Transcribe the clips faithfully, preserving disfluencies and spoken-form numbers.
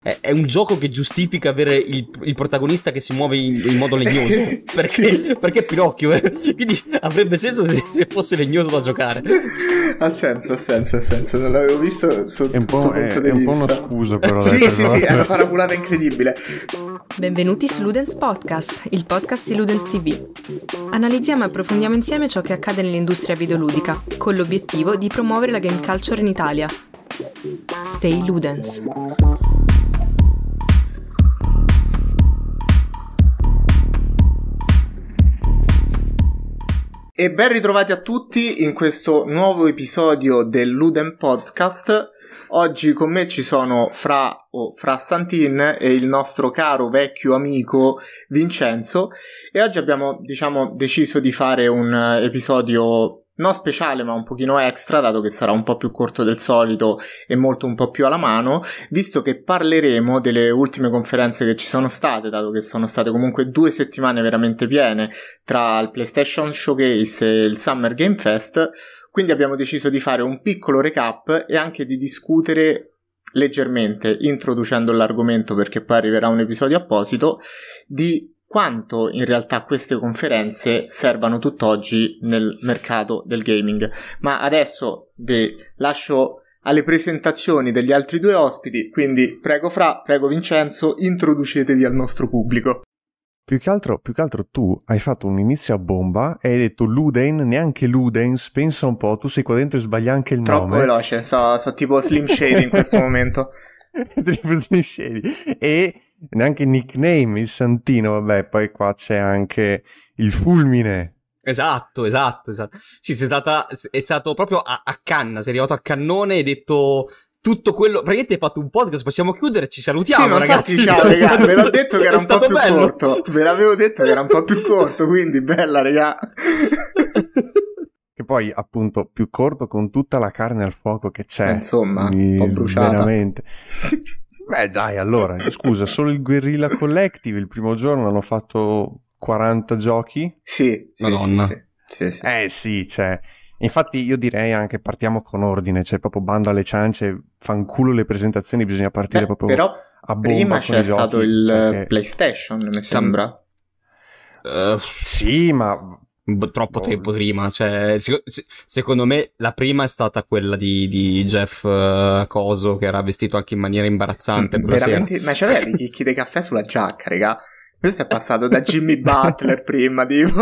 è, è un gioco che giustifica avere il, il protagonista che si muove in, in modo legnoso, perché, sì. perché è Pinocchio, eh? Quindi avrebbe senso se, se fosse legnoso da giocare. Ha senso, ha senso, ha senso, non l'avevo visto sotto è un po', punto è, di è vista. un po' una scusa però. Sì, detto, sì, no? sì, è una paraculata incredibile. Benvenuti su Ludens Podcast, il podcast di Ludens ti vu. Analizziamo e approfondiamo insieme ciò che accade nell'industria videoludica, con l'obiettivo di promuovere la game culture in Italia. Stay Ludens. E ben ritrovati a tutti in questo nuovo episodio del Luden Podcast. Oggi con me ci sono Fra o Fra Santin e il nostro caro vecchio amico Vincenzo, e oggi abbiamo, diciamo, deciso di fare un episodio non speciale ma un pochino extra, dato che sarà un po' più corto del solito e molto un po' più alla mano, visto che parleremo delle ultime conferenze che ci sono state, dato che sono state comunque due settimane veramente piene tra il PlayStation Showcase e il Summer Game Fest. Quindi abbiamo deciso di fare un piccolo recap e anche di discutere leggermente, introducendo l'argomento perché poi arriverà un episodio apposito, di quanto in realtà queste conferenze servano tutt'oggi nel mercato del gaming. Ma adesso vi lascio alle presentazioni degli altri due ospiti, quindi prego Fra, prego Vincenzo, introducetevi al nostro pubblico. Più che altro, più che altro tu hai fatto un inizio a bomba e hai detto Luden, neanche Ludens, pensa un po', tu sei qua dentro e sbagli anche il Troppo nome. Troppo veloce, so, so tipo Slim Shady in questo momento. Tipo Slim Shady. E neanche nickname, il Santino, vabbè, poi qua c'è anche il fulmine. Esatto, esatto, esatto. Sì, sei stata, è stato proprio a, a canna, sei arrivato a cannone e hai detto tutto quello, praticamente hai fatto un podcast, possiamo chiudere, ci salutiamo, sì, ma ragazzi. Infatti, ciao, raga, ve l'ho detto che era un po' più bello. corto, ve l'avevo detto che era un po' più corto, quindi bella, raga. Che poi, appunto, più corto con tutta la carne al fuoco che c'è. Insomma, Mi... un po' bruciata. Veramente. Beh, dai, allora, scusa, solo il Guerrilla Collective il primo giorno hanno fatto quaranta giochi? Sì, sì, Madonna. Sì, sì, sì, sì, eh sì, cioè, infatti io direi anche partiamo con ordine, cioè proprio bando alle ciance, fanculo le presentazioni, bisogna partire Beh, proprio però a bomba prima con c'è i stato giochi, il perché... PlayStation, mi sembra. Uh, sì, ma... troppo tempo prima, cioè sec- secondo me la prima è stata quella di, di Jeff uh, Coso, che era vestito anche in maniera imbarazzante. Mm, veramente, sera. Ma c'aveva dei chicchi di caffè sulla giacca, raga. Questo è passato da Jimmy Butler prima, tipo.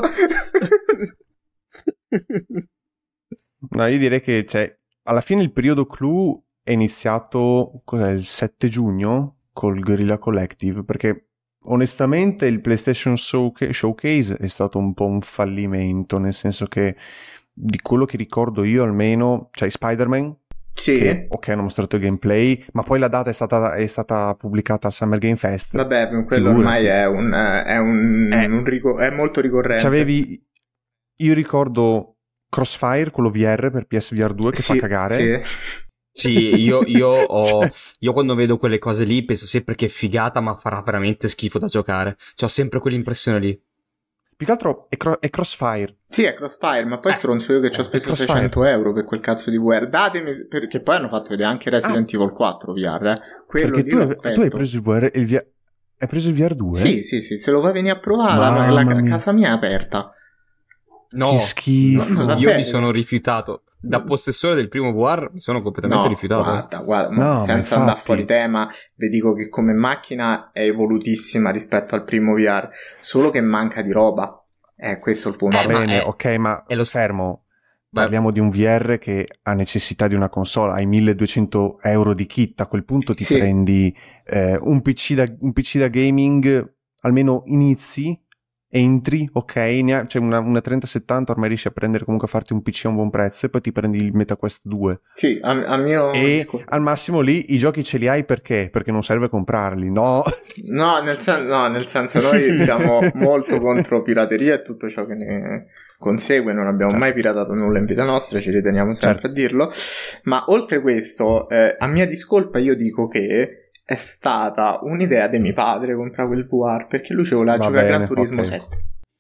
No, io direi che cioè, alla fine il periodo clou è iniziato cos'è, il sette giugno col Guerrilla Collective, perché onestamente il PlayStation Showcase è stato un po' un fallimento, nel senso che di quello che ricordo io almeno, cioè Spider-Man, sì. Che, ok, hanno mostrato il gameplay, ma poi la data è stata, è stata pubblicata al Summer Game Fest. Vabbè, quello Figurati. ormai è un, è un, eh, un ricor- è molto ricorrente. C'avevi, io ricordo Crossfire, quello V R per P S V R due che sì, fa cagare. Sì. Sì, io, io ho, io quando vedo quelle cose lì penso sempre che figata, ma farà veramente schifo da giocare. Cioè, ho sempre quell'impressione lì. Più che altro è, cro- è Crossfire. Sì, è Crossfire, ma poi eh, stronzo io che ci ho speso seicento euro per quel cazzo di V R. Datemi, perché poi hanno fatto vedere anche Resident ah. Evil quattro V R, eh. Quello perché tu, tu hai preso il V R, il V R, hai preso il V R due? Sì, sì, sì, se lo vai a venire a provare, la, la, la casa mia è aperta. No, che schifo. No, no, io mi sono rifiutato. Da possessore del primo V R mi sono completamente no, rifiutato. Guarda, guarda, no, senza infatti... andare fuori tema, vi dico che come macchina è evolutissima rispetto al primo V R, solo che manca di roba. Eh, questo è il punto. Va bene, è, ok, ma è lo fermo. Parliamo di un V R che ha necessità di una console, hai milleduecento euro di kit, a quel punto ti sì. prendi eh, un, P C da, un P C da gaming, almeno inizi, entri, ok, ne ha, cioè una, una trenta settanta ormai riesci a prendere, comunque a farti un P C a un buon prezzo, e poi ti prendi il MetaQuest due. Sì, a, a mio e discorso. Al massimo lì i giochi ce li hai perché? Perché non serve comprarli, no? No, nel, sen- no, nel senso noi siamo molto contro pirateria e tutto ciò che ne consegue, non abbiamo certo. mai piratato nulla in vita nostra, ci riteniamo sempre certo. a dirlo, ma oltre questo, eh, a mia discolpa io dico che è stata un'idea di mio padre comprare quel V R, perché lui ci voleva giocare a Gran Turismo okay. sette.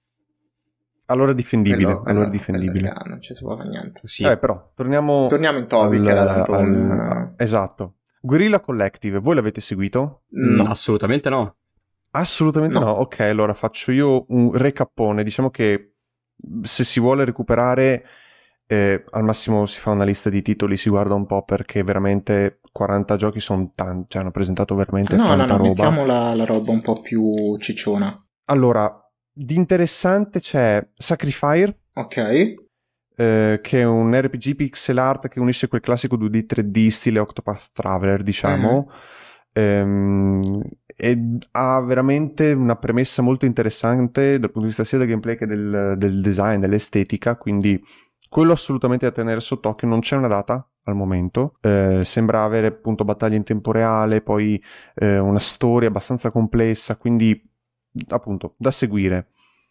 Allora difendibile, quello, allora quello, difendibile. Quello non ci si può fare niente. Sì. Eh, però torniamo torniamo in topic, al, era tanto al, un... esatto. Guerrilla Collective, voi l'avete seguito? No, assolutamente no. Assolutamente no. no. Ok, allora faccio io un recappone. Diciamo che se si vuole recuperare, eh, al massimo si fa una lista di titoli, si guarda un po', perché veramente quaranta giochi sono tanti, cioè hanno presentato veramente no, tanta no, no, roba. mettiamo la, la roba un po' più cicciona. Allora, di interessante c'è Sacrifier. Ok. Eh, che è un R P G pixel art che unisce quel classico due D tre D stile Octopath Traveler, diciamo. Mm-hmm. ehm, e ha veramente una premessa molto interessante dal punto di vista sia del gameplay che del, del design, dell'estetica, quindi quello assolutamente da tenere sott'occhio. Non c'è una data al momento, eh, sembra avere appunto battaglie in tempo reale, poi eh, una storia abbastanza complessa, quindi appunto da seguire.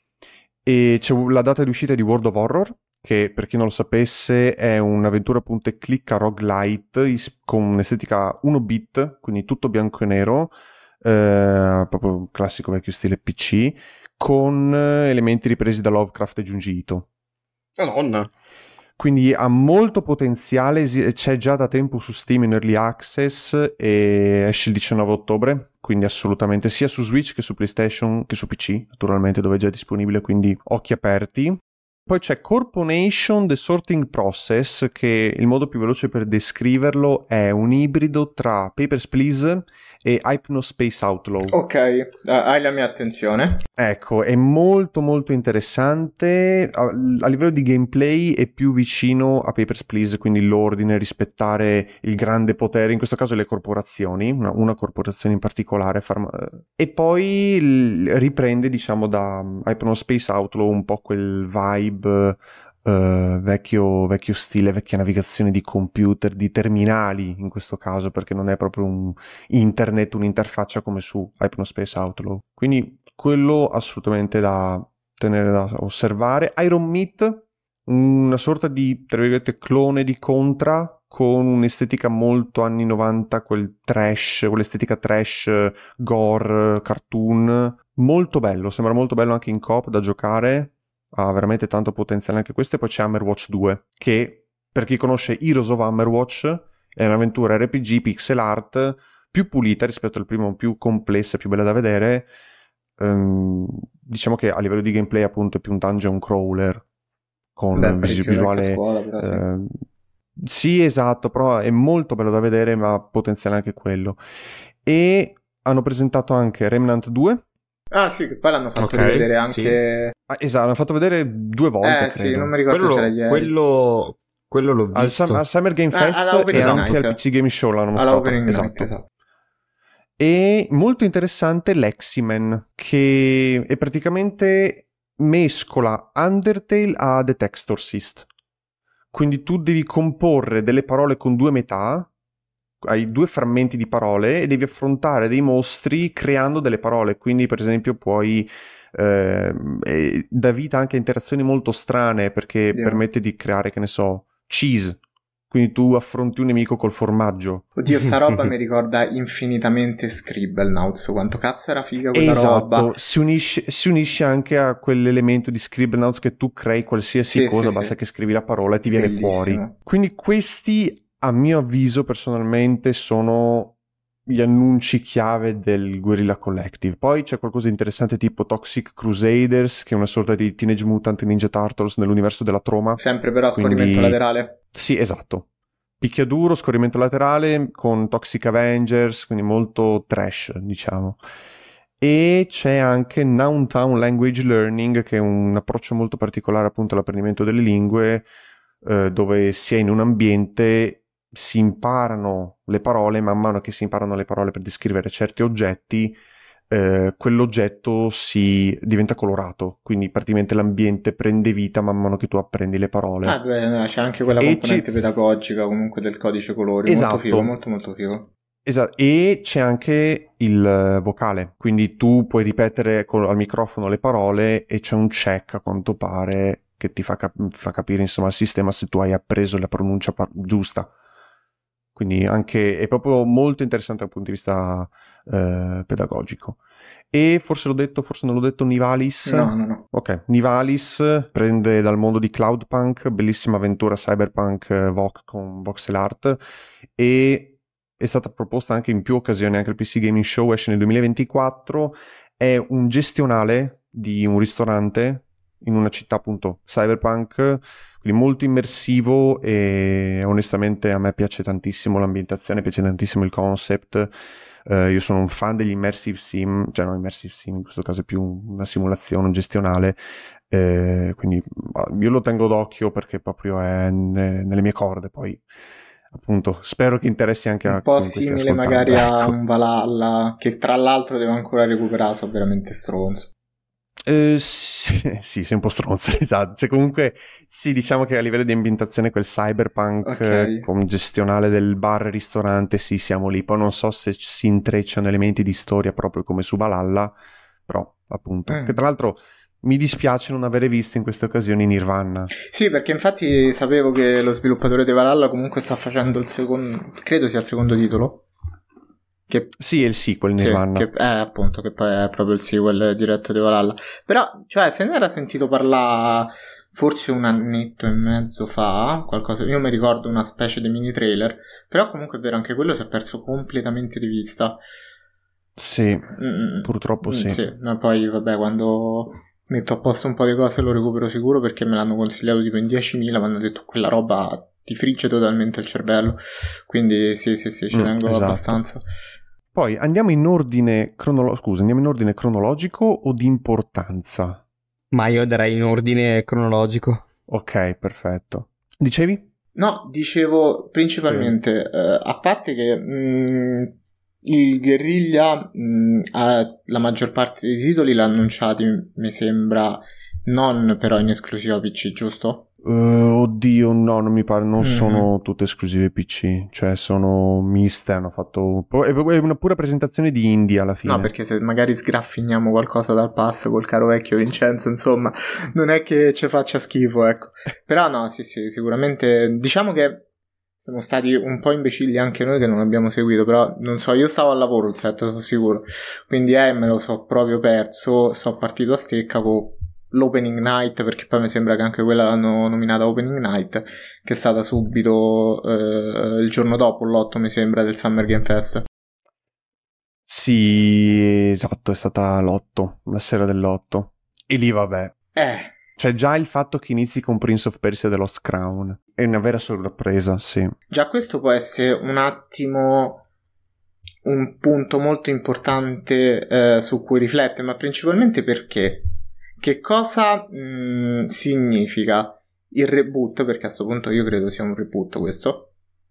E c'è la data di uscita di World of Horror, che per chi non lo sapesse è un'avventura punta e clicca roguelite con un'estetica uno bit, quindi tutto bianco e nero, eh, proprio un classico vecchio stile P C, con elementi ripresi da Lovecraft e Junji Ito. Madonna! Quindi ha molto potenziale, c'è già da tempo su Steam in Early Access e esce il diciannove ottobre, quindi assolutamente sia su Switch che su PlayStation che su P C, naturalmente, dove è già disponibile, quindi occhi aperti. Poi c'è Corponation The Sorting Process, che il modo più veloce per descriverlo è un ibrido tra Papers, Please e Hypnospace Outlaw. Ok, uh, hai la mia attenzione. Ecco, è molto molto interessante. A, a livello di gameplay è più vicino a Papers, Please, quindi l'ordine, rispettare il grande potere, in questo caso le corporazioni, una, una corporazione in particolare. Farma... E poi l- riprende, diciamo, da Hypnospace Outlaw un po' quel vibe Uh, vecchio, vecchio stile, vecchia navigazione di computer, di terminali in questo caso, perché non è proprio un internet, un'interfaccia come su Hypnospace Outlaw. Quindi quello assolutamente da tenere da osservare. Iron Meat, una sorta di, tra virgolette, clone di Contra, con un'estetica molto anni novanta, quel trash, quell'estetica trash, gore, cartoon, molto bello, sembra molto bello anche in coop da giocare. Ha veramente tanto potenziale anche questo. E poi c'è Hammerwatch due, che per chi conosce Heroes of Hammerwatch è un'avventura R P G pixel art più pulita rispetto al primo, più complessa, più bella da vedere. Um, diciamo che a livello di gameplay appunto è più un dungeon crawler con Beh, vis- visuale scuola, però, sì. eh, sì, esatto, però è molto bello da vedere, ma ha potenziale anche quello. E hanno presentato anche Remnant due. Ah sì, che poi l'hanno fatto okay, rivedere anche... Sì. Ah, esatto, l'hanno fatto vedere due volte, Eh credo. sì, non mi ricordo quello, se era ieri. Quello, quello l'ho visto. Al, Sum- al Summer Game Fest ah, e anche al P C Game Show l'hanno mostrato. All'Opening esatto. Night, esatto. E molto interessante Leximan, che è praticamente mescola Undertale a The Textorcist. Quindi tu devi comporre delle parole con due metà, hai due frammenti di parole e devi affrontare dei mostri creando delle parole. Quindi per esempio puoi eh, eh, dà vita anche a interazioni molto strane, perché yeah. permette di creare, che ne so, cheese, quindi tu affronti un nemico col formaggio. Oddio, sta roba mi ricorda infinitamente Scribblenauts. Quanto cazzo era figa quella esatto. roba. Si unisce, si unisce anche a quell'elemento di Scribblenauts che tu crei qualsiasi sì, cosa, sì, basta sì. che scrivi la parola e ti viene Bellissimo. fuori. Quindi questi, a mio avviso personalmente, sono gli annunci chiave del Guerrilla Collective. Poi c'è qualcosa di interessante tipo Toxic Crusaders, che è una sorta di Teenage Mutant Ninja Turtles nell'universo della troma. Sempre però a Quindi... scorrimento laterale. Sì, esatto. Picchiaduro, scorrimento laterale con Toxic Avengers, quindi molto trash, diciamo. E c'è anche Noun Town Language Learning, che è un approccio molto particolare appunto all'apprendimento delle lingue, eh, dove si è in un ambiente, si imparano le parole, man mano che si imparano le parole per descrivere certi oggetti, eh, quell'oggetto si diventa colorato, quindi praticamente l'ambiente prende vita man mano che tu apprendi le parole. Ah, beh, c'è anche quella e componente ci... pedagogica comunque del codice colori, esatto. molto figo, molto molto figo. Esatto, e c'è anche il vocale, quindi tu puoi ripetere con, al microfono le parole e c'è un check a quanto pare che ti fa, cap- fa capire insomma al sistema se tu hai appreso la pronuncia par- giusta. Quindi anche è proprio molto interessante dal punto di vista eh, pedagogico. E forse l'ho detto, forse non l'ho detto, Nivalis. No, no, no. Ok, Nivalis prende dal mondo di Cloudpunk, bellissima avventura cyberpunk eh, voc- con voxel art, e è stata proposta anche in più occasioni, anche il P C Gaming Show esce nel duemilaventiquattro, è un gestionale di un ristorante in una città appunto cyberpunk, quindi molto immersivo, e onestamente a me piace tantissimo l'ambientazione, piace tantissimo il concept. Uh, io sono un fan degli immersive sim, cioè no, immersive sim in questo caso è più una simulazione, un gestionale, eh, quindi io lo tengo d'occhio perché proprio è ne- nelle mie corde. Poi appunto spero che interessi anche un a po' chi stia simile ascoltando, magari a ecco. un Valhalla, che tra l'altro devo ancora recuperare, so veramente stronzo. Eh, sì, sì, sei un po' stronzo, esatto. Cioè, comunque, sì, diciamo che a livello di ambientazione quel cyberpunk, Ok. eh, con gestionale del bar e ristorante, sì, siamo lì. Poi non so se si intrecciano elementi di storia proprio come su Valhalla, però appunto. Mm. Che tra l'altro mi dispiace non avere visto in queste occasioni Nirvana. Sì, perché infatti sapevo che lo sviluppatore di Valhalla comunque sta facendo il secondo, credo sia il secondo titolo. Che Sì, è il sequel Sì, Nirvana. che è appunto, che poi è proprio il sequel diretto di Valhalla. Però, cioè, se ne era sentito parlare forse un annetto e mezzo fa, qualcosa, io mi ricordo una specie di mini trailer, però comunque è vero, anche quello si è perso completamente di vista. Sì, Mm, purtroppo mm, sì. Sì, ma poi vabbè, quando metto a posto un po' di cose lo recupero sicuro, perché me l'hanno consigliato tipo in diecimila, mi hanno detto quella roba ti frigge totalmente il cervello, quindi sì sì sì, ci Mm, tengo esatto. abbastanza. Poi andiamo in ordine cronolo- scusa, andiamo in ordine cronologico o di importanza? Ma io darei in ordine cronologico. Ok, perfetto. Dicevi? No, dicevo principalmente, eh, a parte che mh, il Guerriglia, mh, ha la maggior parte dei titoli l'ha annunciati, mi sembra, non però in esclusiva P C, giusto? Uh, oddio, no, non mi pare, non Mhm. sono tutte esclusive P C, cioè sono miste, hanno fatto... È una pura presentazione di indie alla fine. No, perché se magari sgraffiniamo qualcosa dal pass col caro vecchio Vincenzo, insomma, non è che ci faccia schifo, ecco. Però no, sì, sì, sicuramente, diciamo che siamo stati un po' imbecilli anche noi che non abbiamo seguito, però non so, io stavo al lavoro il set, sono sicuro, quindi eh, me lo so proprio perso, sono partito a stecca con l'opening night, perché poi mi sembra che anche quella l'hanno nominata opening night, che è stata subito eh, il giorno dopo, l'otto mi sembra, del Summer Game Fest. Sì, esatto, è stata l'otto, la sera dell'otto. E lì vabbè. Eh... C'è già il fatto che inizi con Prince of Persia The Lost Crown. È una vera sorpresa, sì. Già questo può essere un attimo un punto molto importante eh, su cui riflette, ma principalmente perché? Che cosa mh, significa il reboot? Perché a questo punto io credo sia un reboot questo.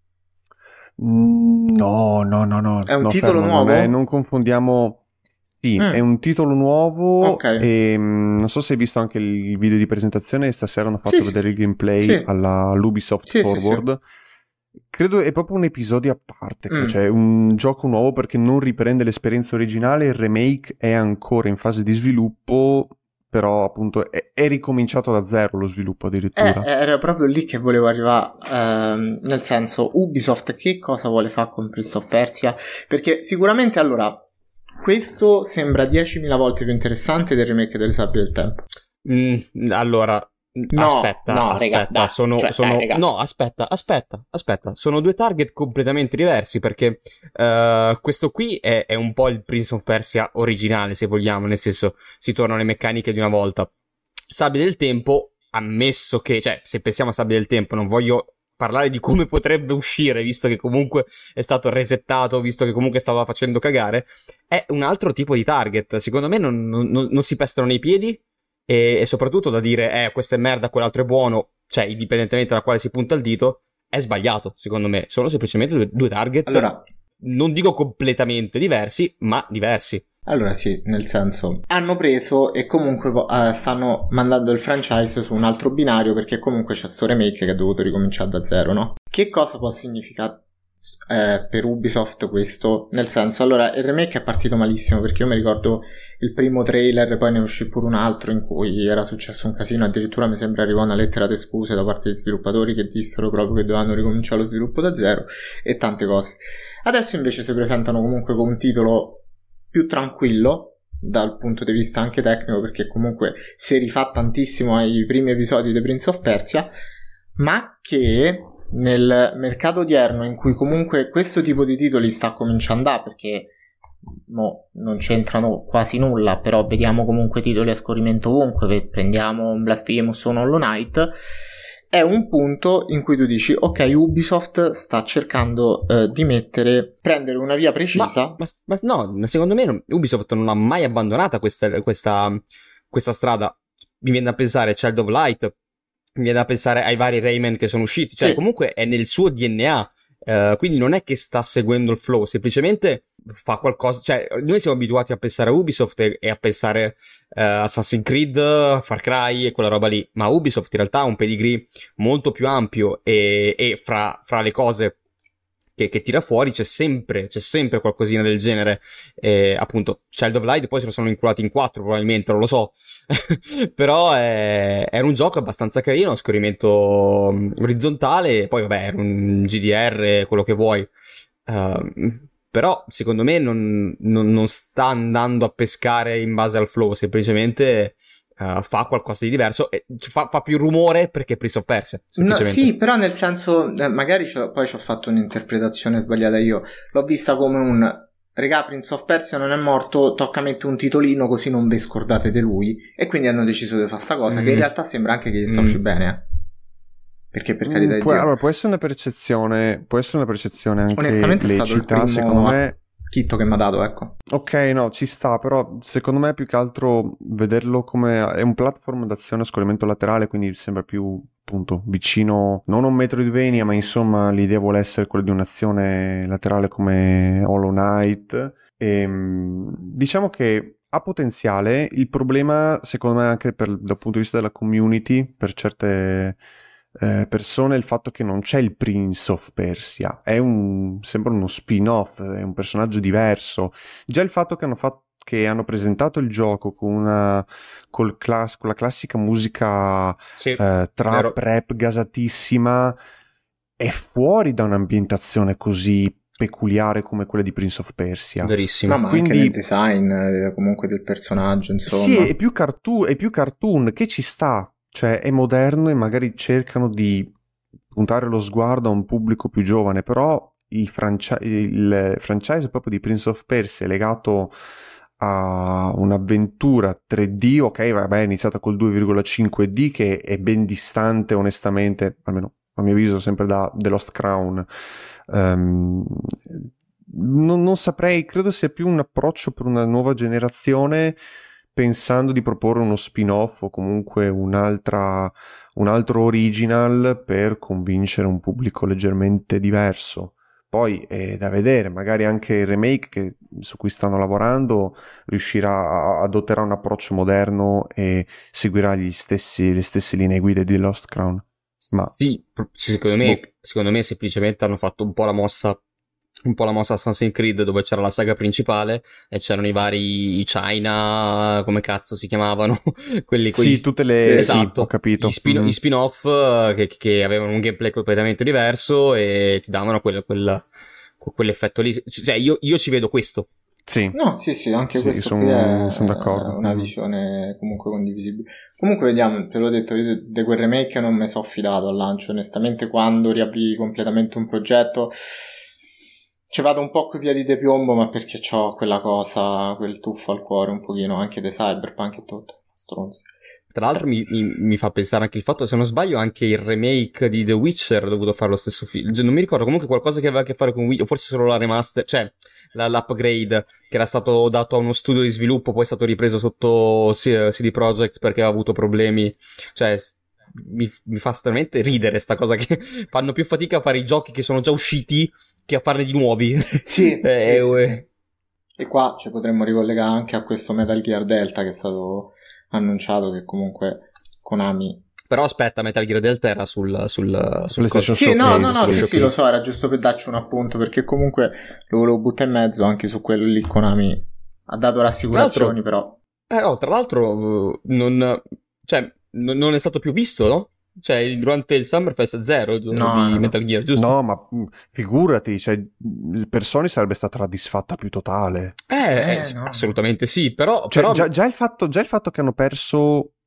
Mm, No, no, no, no. È un no, titolo fermo, nuovo? Non, è- non confondiamo... Sì, Mm. è un titolo nuovo. Ok. E mm, non so se hai visto anche il video di presentazione. Stasera hanno fatto Sì, sì. vedere il gameplay Sì. alla all'Ubisoft Sì, sì, Forward. Credo è proprio un episodio a parte, Mm. cioè un gioco nuovo perché non riprende l'esperienza originale. Il remake è ancora in fase di sviluppo, però appunto è, è ricominciato da zero lo sviluppo addirittura. Eh, era proprio lì che volevo arrivare, ehm, nel senso, Ubisoft che cosa vuole fare con Prince of Persia? Perché sicuramente, allora, questo sembra diecimila volte più interessante del remake delle Sabbie del Tempo. Mm, allora, No, aspetta, no, aspetta, raga, dai, sono, cioè, sono- dai, raga. no, aspetta, aspetta, aspetta, sono due target completamente diversi perché eh, questo qui è, è un po' il Prince of Persia originale, se vogliamo, nel senso si tornano alle meccaniche di una volta. Sabbia del Tempo, ammesso che, cioè, se pensiamo a Sabbia del Tempo, non voglio parlare di come potrebbe uscire, visto che comunque è stato resettato, visto che comunque stava facendo cagare, è un altro tipo di target. Secondo me non, non- non- non si pestano nei piedi e, e soprattutto da dire, eh, questo è merda, quell'altro è buono, cioè, indipendentemente da quale si punta il dito, è sbagliato, secondo me. Sono semplicemente due, due target, Allora, non dico completamente diversi, ma diversi. allora sì, nel senso, hanno preso e comunque eh, stanno mandando il franchise su un altro binario, perché comunque c'è sto remake che ha dovuto ricominciare da zero, no? Che cosa può significare eh, per Ubisoft questo? Nel senso, allora, il remake è partito malissimo, perché io mi ricordo il primo trailer, poi ne uscì pure un altro in cui era successo un casino, addirittura mi sembra arrivò una lettera di scuse da parte degli sviluppatori che dissero proprio che dovevano ricominciare lo sviluppo da zero e tante cose. Adesso invece si presentano comunque con un titolo più tranquillo dal punto di vista anche tecnico, perché comunque si rifà tantissimo ai primi episodi di Prince of Persia, ma che nel mercato odierno in cui comunque questo tipo di titoli sta cominciando a, perché mo non c'entrano quasi nulla, però vediamo comunque titoli a scorrimento ovunque, prendiamo un Blasphemous o un Hollow Knight, è un punto in cui tu dici ok, Ubisoft sta cercando eh, di mettere, prendere una via precisa. Ma, ma, ma no, secondo me non, Ubisoft non ha mai abbandonata questa, questa, questa strada. Mi viene da pensare Child of Light, mi viene da pensare ai vari Rayman che sono usciti, cioè sì. Comunque è nel suo D N A, uh, quindi non è che sta seguendo il flow, semplicemente fa qualcosa, cioè noi siamo abituati a pensare a Ubisoft e, e a pensare uh, Assassin's Creed, Far Cry e quella roba lì, ma Ubisoft in realtà ha un pedigree molto più ampio e, e fra, fra le cose che, che tira fuori c'è sempre, c'è sempre qualcosina del genere, e, appunto Child of Light poi se lo sono inculati in quattro probabilmente, non lo so, però è, era un gioco abbastanza carino, a scorrimento orizzontale, poi vabbè era un G D R, quello che vuoi, uh, però secondo me non, non, non sta andando a pescare in base al flow, semplicemente uh, fa qualcosa di diverso e fa, fa più rumore perché Prince of Persia, no, sì, però nel senso eh, magari poi ci ho fatto un'interpretazione sbagliata io, l'ho vista come un regà, Prince of Persia non è morto, tocca mettere un titolino così non vi scordate di lui, e quindi hanno deciso di fare sta cosa mm. che in realtà sembra anche che gli sta mm. uscendo bene, eh. Perché per carità di Pu- Dio. Allora può essere una percezione, può essere una percezione anche onestamente lecita, è stato il primo secondo me chitto che mi ha dato, ecco. Ok, no, ci sta, però secondo me più che altro vederlo come è un platform d'azione a scorrimento laterale, quindi sembra più appunto vicino, non a un Metroidvania, ma insomma l'idea vuole essere quella di un'azione laterale come Hollow Knight. E, diciamo che ha potenziale, il problema secondo me anche per, dal punto di vista della community, per certe eh, persone, il fatto che non c'è il Prince of Persia, è un, sembra uno spin-off, è un personaggio diverso. Già il fatto che hanno fatto che hanno presentato il gioco con una col class, con la classica musica sì, eh, trap, rap gasatissima, è fuori da un'ambientazione così peculiare come quella di Prince of Persia. Verissimo. No, ma quindi, anche nel design eh, comunque del personaggio, insomma. Sì, è più cartoon, è più cartoon che ci sta, cioè è moderno e magari cercano di puntare lo sguardo a un pubblico più giovane, però il, franchi- il franchise proprio di Prince of Persia è legato a un'avventura tre D, ok, vabbè, è iniziata col due virgola cinque D che è ben distante onestamente, almeno a mio avviso, sempre da The Lost Crown. Um, non, non saprei, credo sia più un approccio per una nuova generazione, pensando di proporre uno spin-off o comunque un'altra, un altro original per convincere un pubblico leggermente diverso. Poi è da vedere, magari anche il remake che, su cui stanno lavorando riuscirà, adotterà un approccio moderno e seguirà gli stessi, le stesse linee guida di The Lost Crown. Ma sì, secondo me, boh. secondo me semplicemente hanno fatto un po' la mossa, un po' la mossa Assassin's Creed, dove c'era la saga principale e c'erano i vari China, come cazzo si chiamavano, quelli sì, tutte le esatto, sì, ho capito. Gli, spin- mm. gli spin-off che, che avevano un gameplay completamente diverso e ti davano quel, quel, quell'effetto lì. Cioè io, io ci vedo questo. Sì. No, sì, sì, anche sì, questo sono, qui è sono d'accordo. Una visione comunque condivisibile. Comunque vediamo, te l'ho detto, io di quel remake non mi sono fidato al lancio, onestamente. Quando riavvii completamente un progetto ci vado un po' coi piedi di piombo, ma perché c'ho quella cosa, quel tuffo al cuore un pochino, anche di Cyberpunk e tutto, stronzi. Tra l'altro mi, mi, mi fa pensare anche il fatto, se non sbaglio, anche il remake di The Witcher ha dovuto fare lo stesso film. Non mi ricordo, comunque qualcosa che aveva a che fare con Witcher, o forse solo la remaster, cioè la, l'upgrade che era stato dato a uno studio di sviluppo, poi è stato ripreso sotto C D Projekt perché aveva avuto problemi. Cioè, mi, mi fa estremamente ridere sta cosa che fanno più fatica a fare i giochi che sono già usciti che a farne di nuovi. Sì, eh, sì, sì, sì. E qua ci potremmo ricollegare anche a questo Metal Gear Delta che è stato annunciato, che comunque Konami. Però aspetta, Metal Gear Delta era sul sul, sul PlayStation Sì, no, no, no, sì, sì, lo so, era giusto per darci un appunto, perché comunque lo volevo buttare in mezzo, anche su quello lì Konami ha dato rassicurazioni, però. Eh, oh, tra l'altro non cioè non, non è stato più visto, no? Cioè durante il Summerfest zero no, di no, Metal Gear, giusto? No, ma figurati, cioè per Sony sarebbe stata la disfatta più totale. Eh, eh, eh no. Assolutamente sì, però, cioè, però... Già, già, il fatto, già il fatto che hanno perso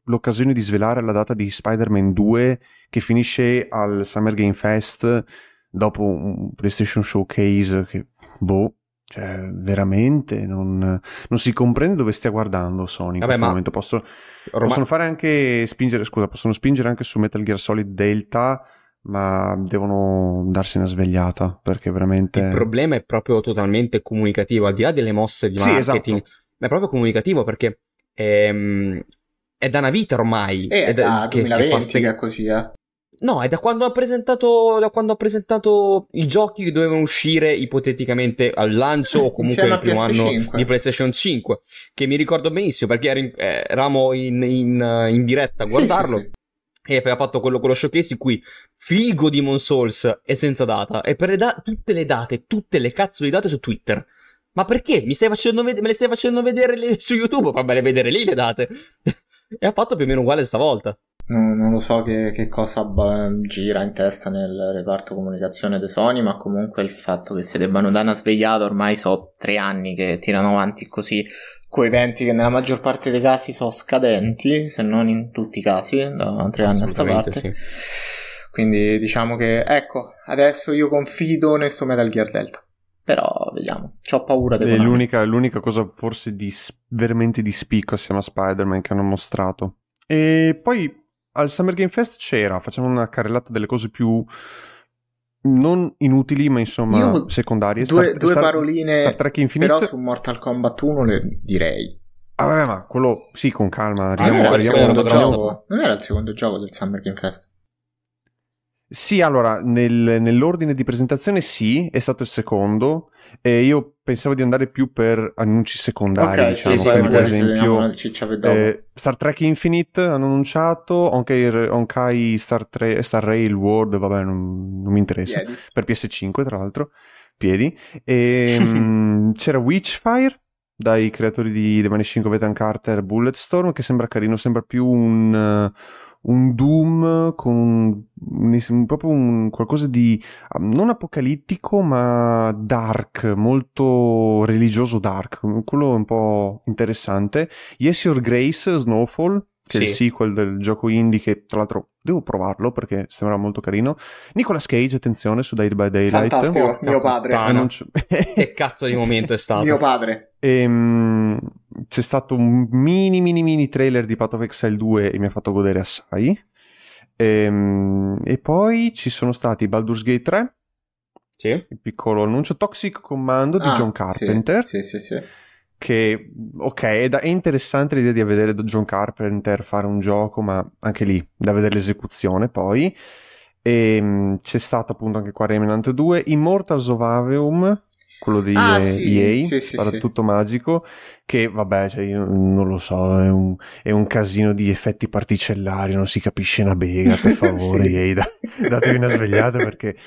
l'occasione di svelare la data di Spider-Man due che finisce al Summer Game Fest dopo un PlayStation Showcase che, boh, cioè veramente non, non si comprende dove stia guardando Sony in Vabbè, questo ma momento. Posso, ormai... possono fare anche spingere, scusa, possono spingere anche su Metal Gear Solid Delta, ma devono darsi una svegliata perché veramente il problema è proprio totalmente comunicativo, al di là delle mosse di sì, marketing, esatto. è proprio comunicativo perché ehm, è da una vita ormai. E è da che, duemilaventi che, fa ste... che è così, eh. No, è da quando ha presentato da quando ha presentato i giochi che dovevano uscire ipoteticamente al lancio o comunque nel primo anno di PlayStation cinque, che mi ricordo benissimo perché ero in, eh, eravamo in, in, in diretta a guardarlo. Sì, sì, sì. E aveva fatto quello, quello showcase in cui figo Demon Souls e senza data. E per le da- tutte le date, tutte le cazzo di date su Twitter. Ma perché? Mi stai facendo ved- me le stai facendo vedere le- su YouTube? Fammele vedere lì le date. E ha fatto più o meno uguale stavolta. No, non lo so che, che cosa b- gira in testa nel reparto comunicazione di Sony, ma comunque il fatto che si debbano dare una svegliata, ormai so tre anni che tirano avanti così, con eventi che nella maggior parte dei casi sono scadenti, se non in tutti i casi, da tre anni a sta parte. Sì. Quindi diciamo che, ecco, adesso io confido nel suo Metal Gear Delta. Però vediamo, c'ho paura di l'unica, l'unica cosa forse di, veramente di spicco assieme a Spider-Man che hanno mostrato. E poi al Summer Game Fest c'era, facciamo una carrellata delle cose più non inutili, ma insomma io secondarie. Due, Star, due Star, paroline, Star Trek Infinite. Però su Mortal Kombat uno le direi. Ah vabbè, ma quello sì, con calma. Arriviamo, non, era arriviamo, il arriviamo, gioco, non era il secondo gioco del Summer Game Fest? Sì, allora, nel, nell'ordine di presentazione sì, è stato il secondo, e io pensavo di andare più per annunci secondari, okay, diciamo, sì, quindi per esempio eh, Star Trek Infinite hanno annunciato, Honkai, Honkai Star, Tre, Star Railworld, vabbè, non, non mi interessa, piedi. Per P S cinque tra l'altro, piedi, e mh, c'era Witchfire, dai creatori di The Vanishing of Ethan Carter, Bulletstorm, che sembra carino, sembra più un... Uh, un Doom con un, un, proprio un qualcosa di non apocalittico ma dark, molto religioso dark, quello è un po' interessante. Yes Your Grace Snowfall, che sì. È il sequel del gioco indie che tra l'altro devo provarlo perché sembra molto carino. Nicolas Cage, attenzione, su Dead by Daylight. Fantastico, Porta mio padre. Annuncio... Che cazzo di momento è stato? Mio padre. E, um, c'è stato un mini mini mini trailer di Path of Exile due e mi ha fatto godere assai. E, um, e poi ci sono stati Baldur's Gate tre, sì. Il piccolo annuncio, Toxic Commando di ah, John Carpenter. Sì, sì, sì, sì. Che ok, è, da, è interessante l'idea di vedere John Carpenter fare un gioco, ma anche lì da vedere l'esecuzione poi. E um, c'è stato appunto anche qua Remnant due, Immortals of Aveum, quello di ah, E A, sì, sì, sì, era sì. tutto magico, che vabbè, cioè io non lo so, è un, è un casino di effetti particellari, non si capisce una bega, per favore, sì. E A, da, datevi una svegliata perché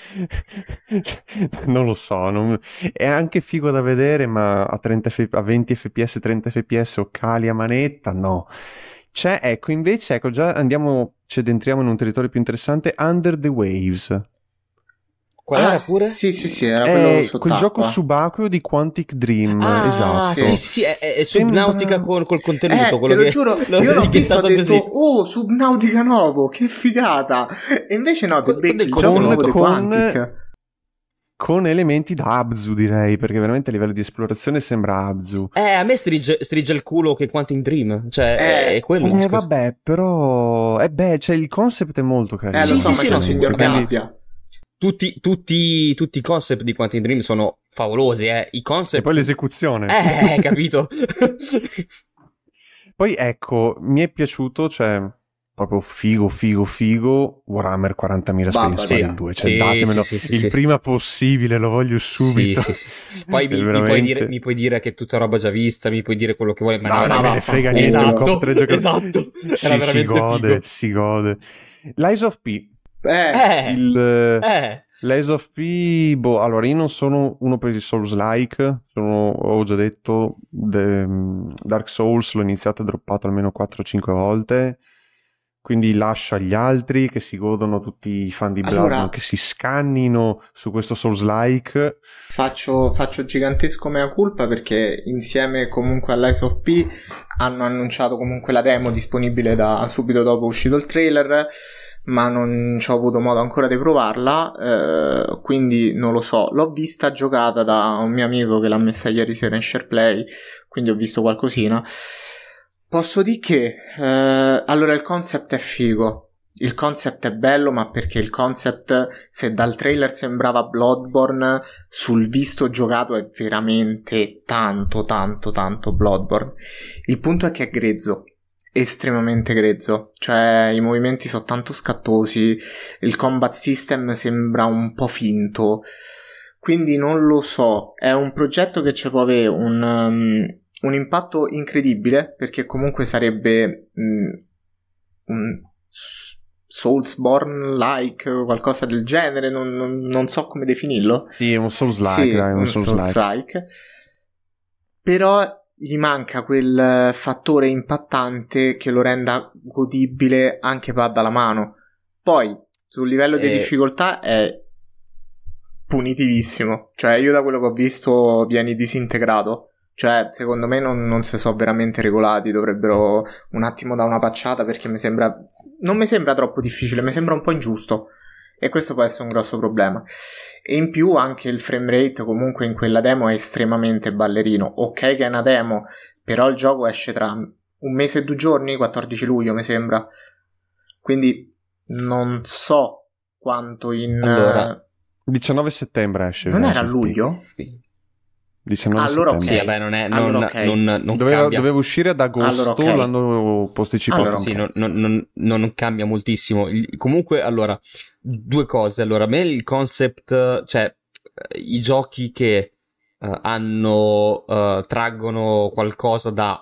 non lo so, non, è anche figo da vedere, ma a, trenta, a venti fps, trenta fps occali a manetta, no. C'è, ecco, invece, ecco, già andiamo, ci addentriamo in un territorio più interessante, Under the Waves. Qual ah, era pure? Sì, sì, sì, era quello sott'acqua. Quel gioco subacqueo di Quantic Dream, ah, esatto. Sì, sì, è, è Sembra... Subnautica col, col contenuto. Eh, quello te lo che, giuro, lo io l'ho visto, ho detto, così. oh, Subnautica nuovo, che figata. E invece no, te becchi il gioco nuovo di Quantic. Con elementi da Abzu, direi, perché veramente a livello di esplorazione sembra Abzu. Eh, a me stringe, stringe il culo che Quantic Dream, cioè eh, è quello. Eh, vabbè, però... Eh beh, cioè il concept è molto carino. Eh, lo sì, so, sì, sì, no, signor Gabbia. Tutti, tutti, tutti i concept di Quantic Dream sono favolosi, eh. I concept... E poi l'esecuzione. Eh, capito? Poi ecco, mi è piaciuto, cioè, proprio figo, figo, figo, Warhammer quarantamila Space Marine due. Cioè, sì, datemelo sì, sì, il sì. prima possibile, lo voglio subito. Sì, sì, sì. Poi mi, veramente... mi, puoi dire, mi puoi dire che è tutta roba già vista, mi puoi dire quello che vuoi, ma no, no, no, no, me ne frega niente. Esatto, gioca... esatto. Sì, Era si gode, figo. si gode. Lies of P. Eh, il... eh. Lies of P, boh, allora io non sono uno per i Souls-like, sono, ho già detto, The Dark Souls l'ho iniziato e droppato almeno quattro cinque volte, quindi lascia agli altri che si godono tutti i fan di Bloodborne, allora, che si scannino su questo Souls-like. Faccio, faccio gigantesco mea culpa perché insieme comunque all'Eyes of P hanno annunciato comunque la demo disponibile da subito dopo uscito il trailer, ma non ci ho avuto modo ancora di provarla, eh, quindi non lo so. L'ho vista giocata da un mio amico che l'ha messa ieri sera in SharePlay, quindi ho visto qualcosina. Posso dire che eh, allora il concept è figo, il concept è bello, ma perché il concept, se dal trailer sembrava Bloodborne, sul visto giocato è veramente tanto tanto tanto Bloodborne. Il punto è che è grezzo, estremamente grezzo, cioè i movimenti sono tanto scattosi, il combat system sembra un po' finto, quindi non lo so. È un progetto che ci può avere un, um, un impatto incredibile, perché comunque sarebbe um, un Soulsborne-like, qualcosa del genere, non, non, non so come definirlo. Sì, un Souls-like, sì, dai, un, un Souls-like. Souls-like. Però gli manca quel fattore impattante che lo renda godibile anche pad alla mano. Poi sul livello e... di difficoltà è punitivissimo, cioè io da quello che ho visto vieni disintegrato, cioè secondo me non, non si sono veramente regolati, dovrebbero un attimo dare una pacciata, perché mi sembra, non mi sembra troppo difficile, mi sembra un po' ingiusto, e questo può essere un grosso problema. E in più anche il frame rate comunque in quella demo è estremamente ballerino. Ok che è una demo, però il gioco esce tra un mese e due giorni, quattordici luglio mi sembra, quindi non so quanto in... Allora, diciannove settembre esce. Non era a luglio? Sì. diciannove allora settembre. Sì, vabbè, non è, non, allora, okay. non, non doveva, cambia. doveva uscire ad agosto, allora, okay. l'hanno posticipato. Allora, sì, non, non, non, non cambia moltissimo. Comunque, allora, due cose. Allora, a me il concept, cioè, i giochi che uh, hanno, uh, traggono qualcosa da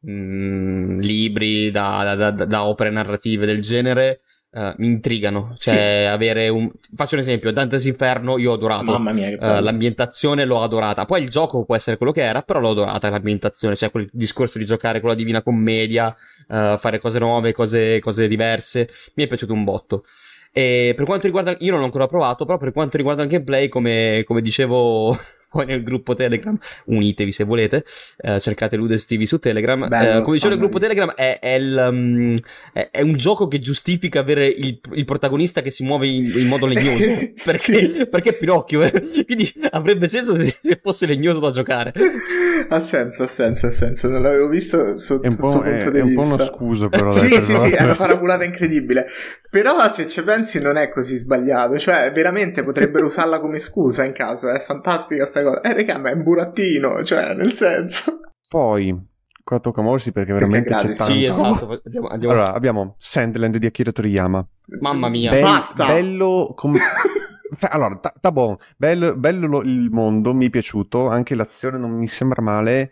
mh, libri, da, da, da, da opere narrative del genere, Uh, mi intrigano, cioè sì. Avere un... Faccio un esempio, Dante's Inferno io ho adorato. Mamma mia, che bello. Uh, l'ambientazione l'ho adorata, poi il gioco può essere quello che era, però l'ho adorata l'ambientazione, cioè quel discorso di giocare con la Divina Commedia, uh, fare cose nuove, cose, cose diverse, mi è piaciuto un botto. E per quanto riguarda, io non l'ho ancora provato, però per quanto riguarda il gameplay, come, come dicevo poi nel gruppo Telegram, unitevi se volete, eh, cercate Ludens T V su Telegram. Bello, eh, come dicevo nel gruppo Telegram, è, è, il, um, è, è un gioco che giustifica avere il, il protagonista che si muove in, in modo legnoso, perché, sì. perché è Pinocchio, eh? Quindi avrebbe senso se, se fosse legnoso da giocare. Ha senso, ha senso, ha senso, non l'avevo visto sotto questo punto è, di è vista. È un po' una scusa però. Sì, dai, sì, però. sì, è una paraculata incredibile. Però se ci pensi non è così sbagliato, cioè veramente potrebbero usarla come scusa in caso, è fantastica sta cosa. Eh raga, ma è un burattino, cioè nel senso. Poi qua tocca muoversi perché veramente perché c'è tanto. Sì, esatto. Andiamo, andiamo. Allora, abbiamo Sandland di Akira Toriyama. Mamma mia. Be- Basta. Bello come... Allora, ta, ta bon. bello, bello il mondo, mi è piaciuto, anche l'azione non mi sembra male,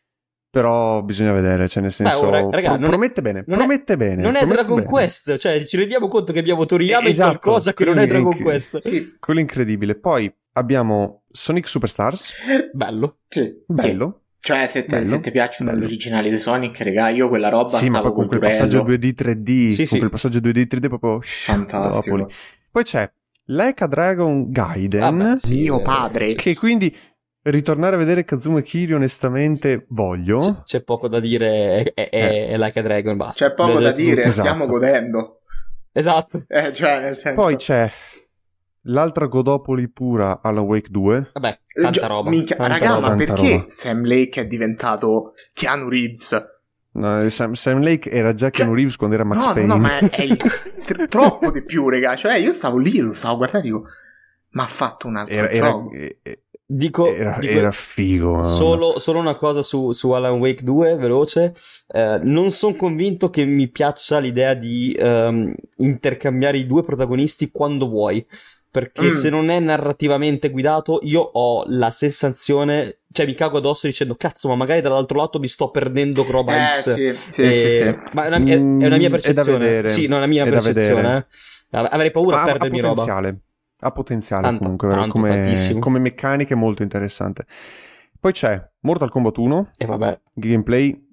però bisogna vedere, cioè nel senso, Beh, ora, raga, pro- promette è, bene, non promette è, bene. Non è promette Dragon bene. Quest, cioè ci rendiamo conto che abbiamo Toriyama esatto, in qualcosa che non è Dragon inc- Quest. Sì. Quello incredibile. Poi abbiamo Sonic Superstars. Bello. Sì, Bello. Sì. Cioè se, te, Bello. se ti piacciono Bello. gli originali di Sonic, regà, io quella roba sì, stavo ma con quel culturello. passaggio due D tre D, sì, con sì. quel passaggio due D tre D proprio fantastico. Napoli. Poi c'è Like Dragon Gaiden, Vabbè, sì, mio eh, padre, che quindi ritornare a vedere Kazuma Kiri onestamente voglio. C'è, c'è poco da dire, è, è, Eh. è Like a Dragon, basta. c'è poco L'ho da detto dire, tutto. esatto. stiamo godendo. Esatto. Eh, cioè nel senso. Poi c'è l'altra Godopoli pura, Alan Wake due. Vabbè, Eh, tanta gio- roba. minchia, tanta raga, roba. ma tanta perché roba. Sam Lake è diventato Keanu Reeves? No, Sam, Sam Lake era già Keanu Cioè, Reeves quando era Max no, Payne. no, no, ma è, è il- tr- troppo di più, raga. Cioè, io stavo lì e lo stavo guardando e dico, ma ha fatto un altro era, era, gioco. eh, eh, Dico, era, dico era figo. solo, solo una cosa su, su Alan Wake due, veloce. Eh, non sono convinto che mi piaccia l'idea di ehm, intercambiare i due protagonisti quando vuoi. Perché Mm. se non è narrativamente guidato, io ho la sensazione, cioè mi cago addosso dicendo cazzo, ma magari dall'altro lato mi sto perdendo roba Eh, X. sì, sì, E- sì, sì. Ma è una, è, è una mia Mm, è da percezione. vedere. Sì, no, è una mia È da percezione. vedere. Eh. Avrei paura Ma a ha- perdermi ha roba. potenziale. Ha potenziale Tanto, comunque, tanto, come, tantissimo. come meccanica è molto interessante. Poi c'è Mortal Kombat uno, E vabbè, gameplay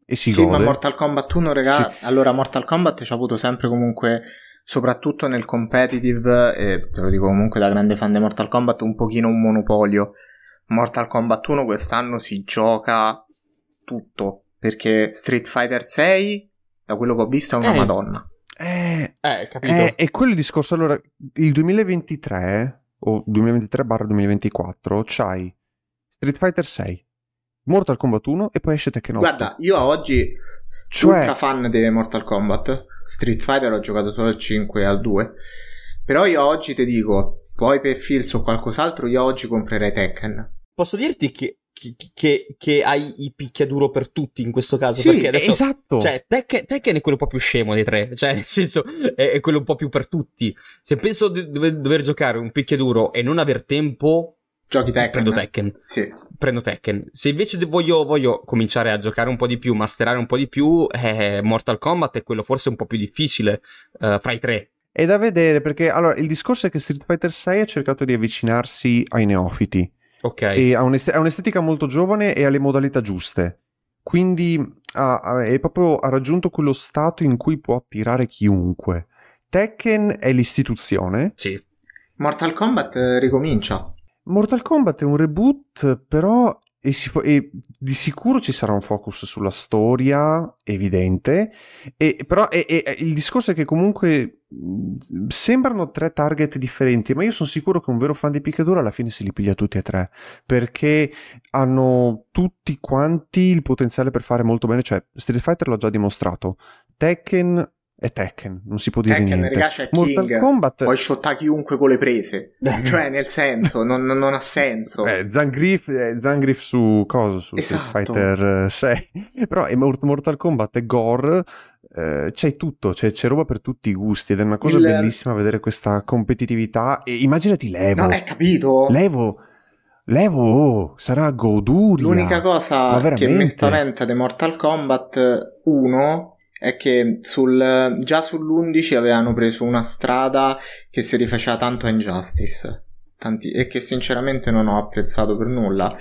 e si sì, gode. ma Mortal Kombat uno, regà, Sì. allora Mortal Kombat ci ha avuto sempre comunque, soprattutto nel competitive, e te lo dico comunque da grande fan di Mortal Kombat, un pochino un monopolio. Mortal Kombat uno quest'anno si gioca tutto, perché Street Fighter sei, da quello che ho visto, è una Eh, madonna. Eh, Eh, capito? eh, e quello è il discorso. Allora, il duemilaventitré o duemilaventitré duemilaventiquattro c'hai Street Fighter sei, Mortal Kombat uno e poi esce Tekken otto. Guarda, io a oggi, Cioè- ultra fan di Mortal Kombat, Street Fighter ho giocato solo al cinque e al due, però io oggi ti dico, vuoi per Fields o qualcos'altro, io oggi comprerei Tekken. Posso dirti che, che, che, che hai i picchiaduro per tutti in questo caso? Sì, perché adesso, esatto. Cioè, Tekken, Tekken è quello un po' più scemo dei tre, cioè, nel senso, è, è quello un po' più per tutti. Se penso di dover, dover giocare un picchiaduro e non aver tempo, Giochi Tekken? prendo Tekken. Sì. Prendo Tekken. Se invece de- voglio, voglio cominciare a giocare un po' di più, masterare un po' di più, eh, Mortal Kombat è quello forse un po' più difficile eh, fra i tre. È da vedere, perché allora il discorso è che Street Fighter sei ha cercato di avvicinarsi ai neofiti Ok. e ha, un'est- ha un'estetica molto giovane e ha le modalità giuste. Quindi ha, ha- è proprio, ha raggiunto quello stato in cui può attirare chiunque. Tekken è l'istituzione. Sì. Mortal Kombat eh, ricomincia. Mortal Kombat è un reboot, però e si fo- e di sicuro ci sarà un focus sulla storia, evidente, e, però e- e- il discorso è che comunque mh, sembrano tre target differenti, ma io sono sicuro che un vero fan di picchiaduro alla fine se li piglia tutti e tre, perché hanno tutti quanti il potenziale per fare molto bene, cioè Street Fighter l'ho già dimostrato, Tekken è Tekken, non si può dire Tekken, niente. raga, c'è Mortal King, Kombat puoi shottare chiunque con le prese. Cioè, nel senso, non, non- non ha senso. Eh, Zangief, eh, Zangief su cosa? Su Esatto. Street Fighter sei. Però è Mor- Mortal Kombat e Gore, eh, c'è tutto, c'è, c'è roba per tutti i gusti ed è una cosa Il- bellissima vedere questa competitività. E immaginati Levo. No, hai capito? Levo, Levo oh, sarà goduria. L'unica Ma cosa che veramente? mi spaventa di Mortal Kombat uno è che sul, già sull'undici avevano preso una strada che si rifaceva tanto a Injustice, tanti, e che sinceramente non ho apprezzato per nulla.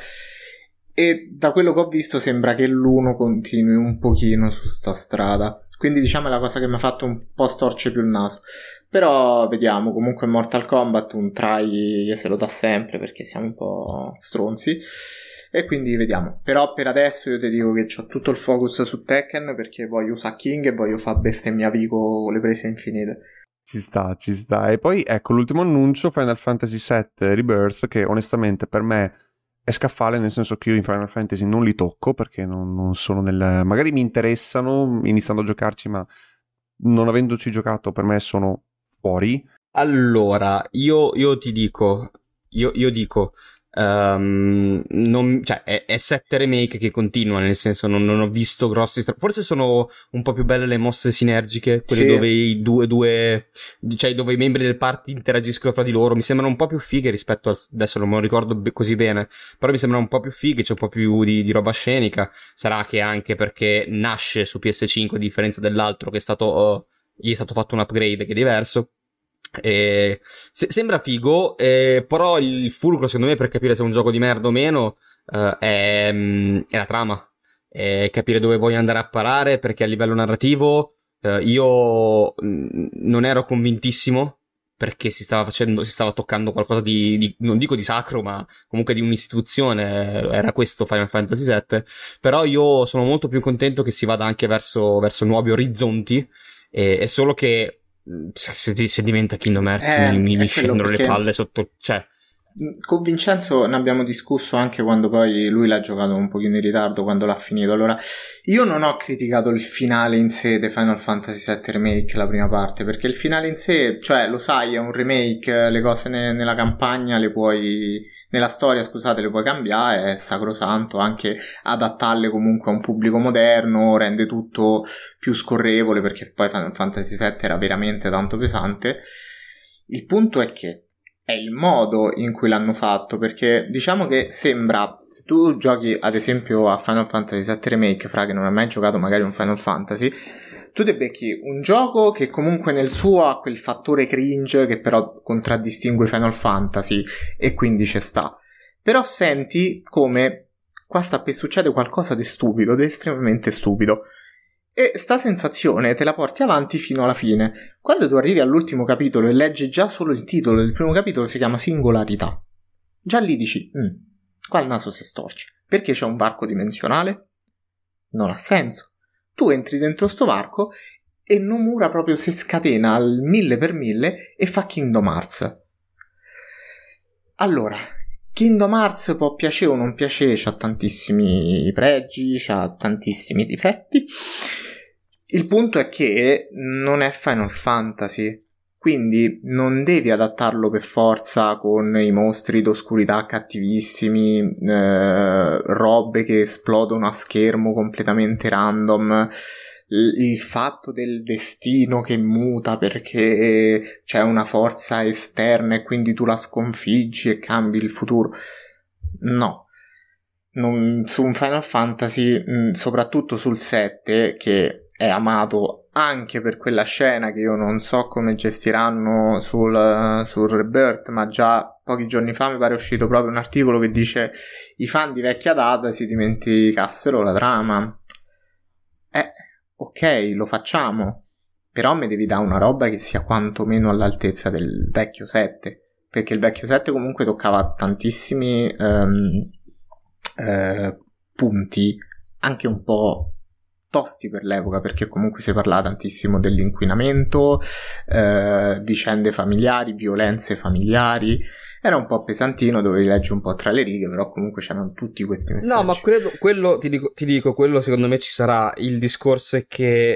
E da quello che ho visto sembra che l'uno continui un pochino su sta strada. Quindi diciamo è la cosa che mi ha fatto un po' storcere più il naso. Però vediamo, comunque Mortal Kombat un try se lo dà sempre perché siamo un po' stronzi. E quindi vediamo. Però per adesso io ti dico che ho tutto il focus su Tekken perché voglio usare King e voglio fare bestemmia vico con le prese infinite. Ci sta, ci sta. E poi ecco l'ultimo annuncio, Final Fantasy sette Rebirth, che onestamente per me è scaffale, nel senso che io in Final Fantasy non li tocco perché non, non sono nel... magari mi interessano iniziando a giocarci, ma non avendoci giocato per me sono fuori. Allora, io, io ti dico, io, io dico, ehm, non, cioè, è, è sette remake che continua, nel senso non, non ho visto grossi, stra- forse sono un po' più belle le mosse sinergiche, quelle Sì. dove i due, due, cioè dove i membri del party interagiscono fra di loro, mi sembrano un po' più fighe rispetto a, adesso non me lo ricordo be- così bene, però mi sembrano un po' più fighe, c'è un po' più di, di roba scenica, sarà che anche perché nasce su P S cinque a differenza dell'altro che è stato, uh, gli è stato fatto un upgrade che è diverso. E se- sembra figo, eh, però il fulcro secondo me per capire se è un gioco di merda o meno eh, è, mm, è la trama, è capire dove voglio andare a parare, perché a livello narrativo eh, io mm, non ero convintissimo perché si stava facendo, si stava toccando qualcosa di, di non dico di sacro, ma comunque di un'istituzione, era questo Final Fantasy sette, però io sono molto più contento che si vada anche verso, verso nuovi orizzonti, e, è solo che se, se, se diventa Kingdom Hearts Eh, mi, mi è quello scendono le perché- palle sotto, cioè Con Vincenzo ne abbiamo discusso anche quando poi lui l'ha giocato un pochino in ritardo quando l'ha finito. Allora, io non ho criticato il finale in sé di Final Fantasy sette Remake, la prima parte, perché il finale in sé, cioè lo sai, è un remake, le cose ne- nella campagna le puoi, nella storia scusate, le puoi cambiare, è sacrosanto, anche adattarle comunque a un pubblico moderno, rende tutto più scorrevole, perché poi Final Fantasy sette era veramente tanto pesante. Il punto è che è il modo in cui l'hanno fatto, perché diciamo che sembra, se tu giochi ad esempio a Final Fantasy sette Remake, fra che non hai mai giocato magari un Final Fantasy, tu ti becchi un gioco che comunque nel suo ha quel fattore cringe che però contraddistingue Final Fantasy e quindi ci sta, però senti come qua sta per succedere qualcosa di stupido, di estremamente stupido. E sta sensazione te la porti avanti fino alla fine. Quando tu arrivi all'ultimo capitolo e leggi già solo il titolo del primo capitolo, si chiama Singolarità. Già lì dici, mm, qua il naso si storce. Perché c'è un varco dimensionale? Non ha senso. Tu entri dentro sto varco e Nomura proprio si scatena al mille per mille e fa Kingdom Hearts. Allora, Kingdom Hearts può piacere o non piacere, c'ha tantissimi pregi, c'ha tantissimi difetti. Il punto è che non è Final Fantasy, quindi non devi adattarlo per forza con i mostri d'oscurità cattivissimi, eh, robe che esplodono a schermo completamente random, il fatto del destino che muta perché c'è una forza esterna e quindi tu la sconfiggi e cambi il futuro. No. Non, su un Final Fantasy, mh, soprattutto sul sette, che è amato anche per quella scena che io non so come gestiranno sul, sul Rebirth, ma già pochi giorni fa mi pare è uscito proprio un articolo che dice i fan di vecchia data si dimenticassero la trama. Eh, ok, lo facciamo, però mi devi dare una roba che sia quantomeno all'altezza del vecchio sette, perché il vecchio sette comunque toccava tantissimi um, uh, punti anche un po' tosti per l'epoca, perché comunque si parlava tantissimo dell'inquinamento, eh, vicende familiari, violenze familiari. Era un po' pesantino, dovevi leggere un po' tra le righe, però comunque c'erano tutti questi messaggi. No, ma credo, quello, ti dico, ti dico, quello secondo me ci sarà. Il discorso è che,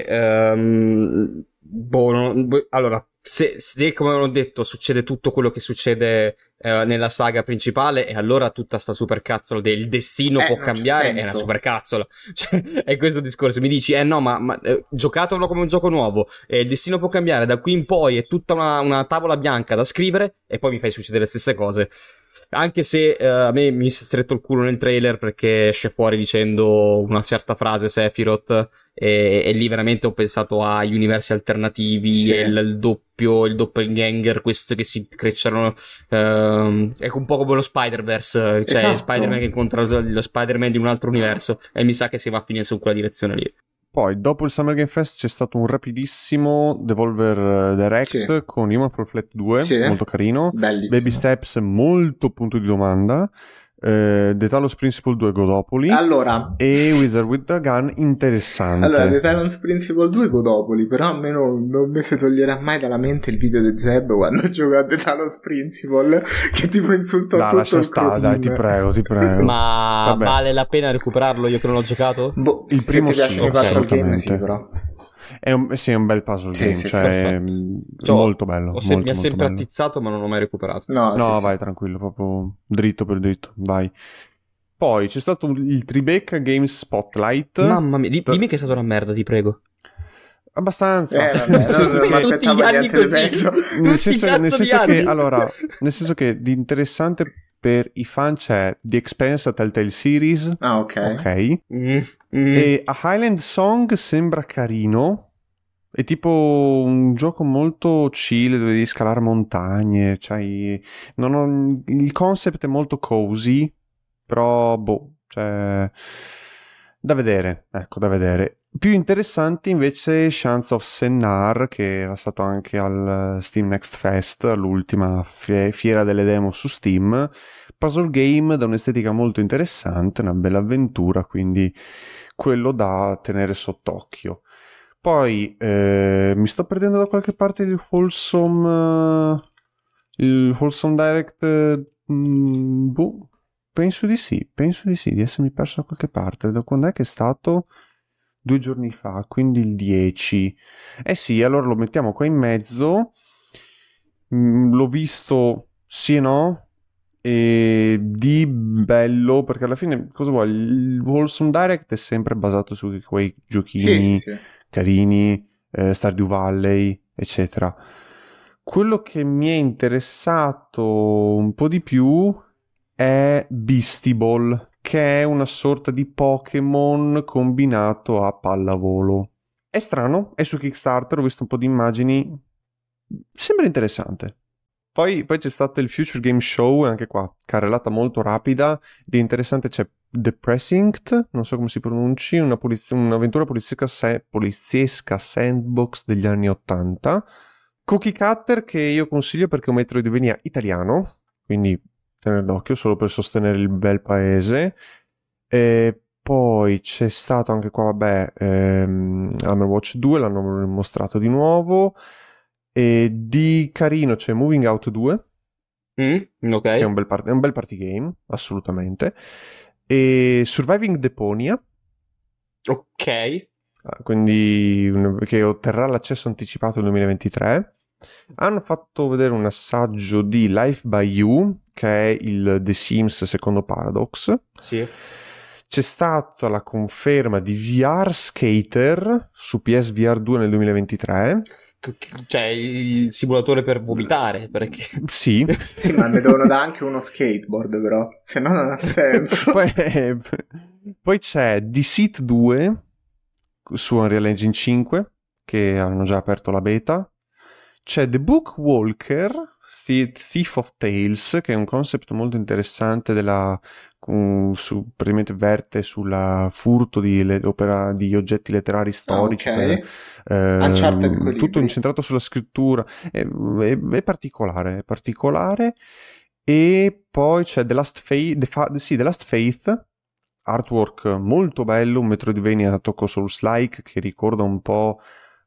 um, boh, non, boh, allora, se, se come ho detto succede tutto quello che succede eh, nella saga principale, e allora tutta sta supercazzola del destino eh, può cambiare è una supercazzola. Cioè, è questo discorso. Mi dici, eh no, ma, ma eh, giocatelo come un gioco nuovo, e il destino può cambiare da qui in poi, è tutta una, una tavola bianca da scrivere, e poi mi fai succedere le stesse cose. Anche se uh, a me mi si è stretto il culo nel trailer, perché esce fuori dicendo una certa frase Sephiroth, e, e lì veramente ho pensato a universi alternativi, sì. E il, il doppio, il doppelganger, questo che si crecciano, uh, è un po' come lo Spider-Verse, cioè esatto. Spider-Man che incontra lo Spider-Man di un altro universo, e mi sa che si va a finire su quella direzione lì. Poi, dopo il Summer Game Fest, c'è stato un rapidissimo Devolver Direct, sì, con Human Fall Flat due, sì, molto carino. Bellissimo. Baby Steps, molto punto di domanda. Uh, The Talos Principle due, Godopoli. Allora, e Wizard with the Gun, interessante. Allora, The Talos Principle due, Godopoli, però a me non, non mi si toglierà mai dalla mente il video di Zeb quando gioca a The Talos Principle, che tipo insultò dai, tutto il sta, dai, ti prego, ti prego. Ma vabbè, vale la pena recuperarlo io che non l'ho giocato? Boh, il primo se ti piacciono sì, i puzzle okay, game, sì, però è un, sì, è un bel puzzle sì, game, sì, cioè, cioè molto bello. Ho se- molto, mi ha sempre bello. attizzato, ma non l'ho mai recuperato. No, no sì, vai sì. tranquillo, proprio dritto per dritto, vai. Poi c'è stato il Tribeca Games Spotlight. Mamma mia, di- dimmi che è stata una merda, ti prego. Abbastanza. Eh, vabbè, no, non mi tutti gli anni così. Nel senso, nel senso che, allora, nel senso che di interessante per i fan c'è The Expanse, a Telltale Series. Ah, ok. Ok. Mm, mm. E a Highland Song sembra carino. È tipo un gioco molto chill dove devi scalare montagne. Cioè, non ho, il concept è molto cozy. Però, boh, cioè, da vedere, ecco, da vedere. Più interessante invece Chants of Sennar, che era stato anche al Steam Next Fest, l'ultima fie- fiera delle demo su Steam. Puzzle game da un'estetica molto interessante, una bella avventura, quindi quello da tenere sott'occhio. Poi, eh, mi sto perdendo da qualche parte il Wholesome, uh, il Wholesome Direct, uh, mm, boh. Penso di sì, penso di sì, di essermi perso da qualche parte. Da quando è che è stato? Due giorni fa, quindi il dieci. Eh sì, allora lo mettiamo qua in mezzo. Mm, l'ho visto sì e no. E di bello, perché alla fine, cosa vuoi? Il Wholesome Direct è sempre basato su quei giochini sì, sì, sì. carini, eh, Stardew Valley, eccetera. Quello che mi è interessato un po' di più è Beastie Ball, che è una sorta di Pokémon combinato a pallavolo. È strano, è su Kickstarter, ho visto un po' di immagini, sembra interessante. Poi, poi c'è stato il Future Game Show, anche qua, carrellata molto rapida. Di interessante c'è The Precinct, non so come si pronunci, una poliz- un'avventura poliziesca, se- poliziesca sandbox degli anni ottanta. Cookie Cutter, che io consiglio perché è un Metroidvania italiano, quindi tenere d'occhio solo per sostenere il bel paese. E poi c'è stato anche qua, vabbè, ehm, Hammer Watch due, l'hanno mostrato di nuovo. E di carino c'è Moving Out due, Mm, ok. che è un bel, par- è un bel party game, assolutamente. E Surviving Deponia, Ok. quindi un- che otterrà l'accesso anticipato nel duemilaventitré. Hanno fatto vedere un assaggio di Life by You, che è il The Sims secondo Paradox. Sì. C'è stata la conferma di V R Skater su P S V R due nel duemilaventitré. Cioè, il simulatore per vomitare, perché... Sì. Sì, ma ne devono dare anche uno skateboard, però, se no non ha senso. poi, poi c'è Deceit due su Unreal Engine cinque, che hanno già aperto la beta. C'è The Book Walker, Thief of Tales, che è un concept molto interessante della, um, su, praticamente verte sulla furto di, le, opera, di oggetti letterari storici. Ah, okay. eh, Uncharted con tutto libri. incentrato sulla scrittura. È, è, è particolare, è particolare. E poi c'è The Last Faith, The, Fa- sì, The Last Faith, artwork molto bello, un Metroidvania a tocco Souls-like che ricorda un po'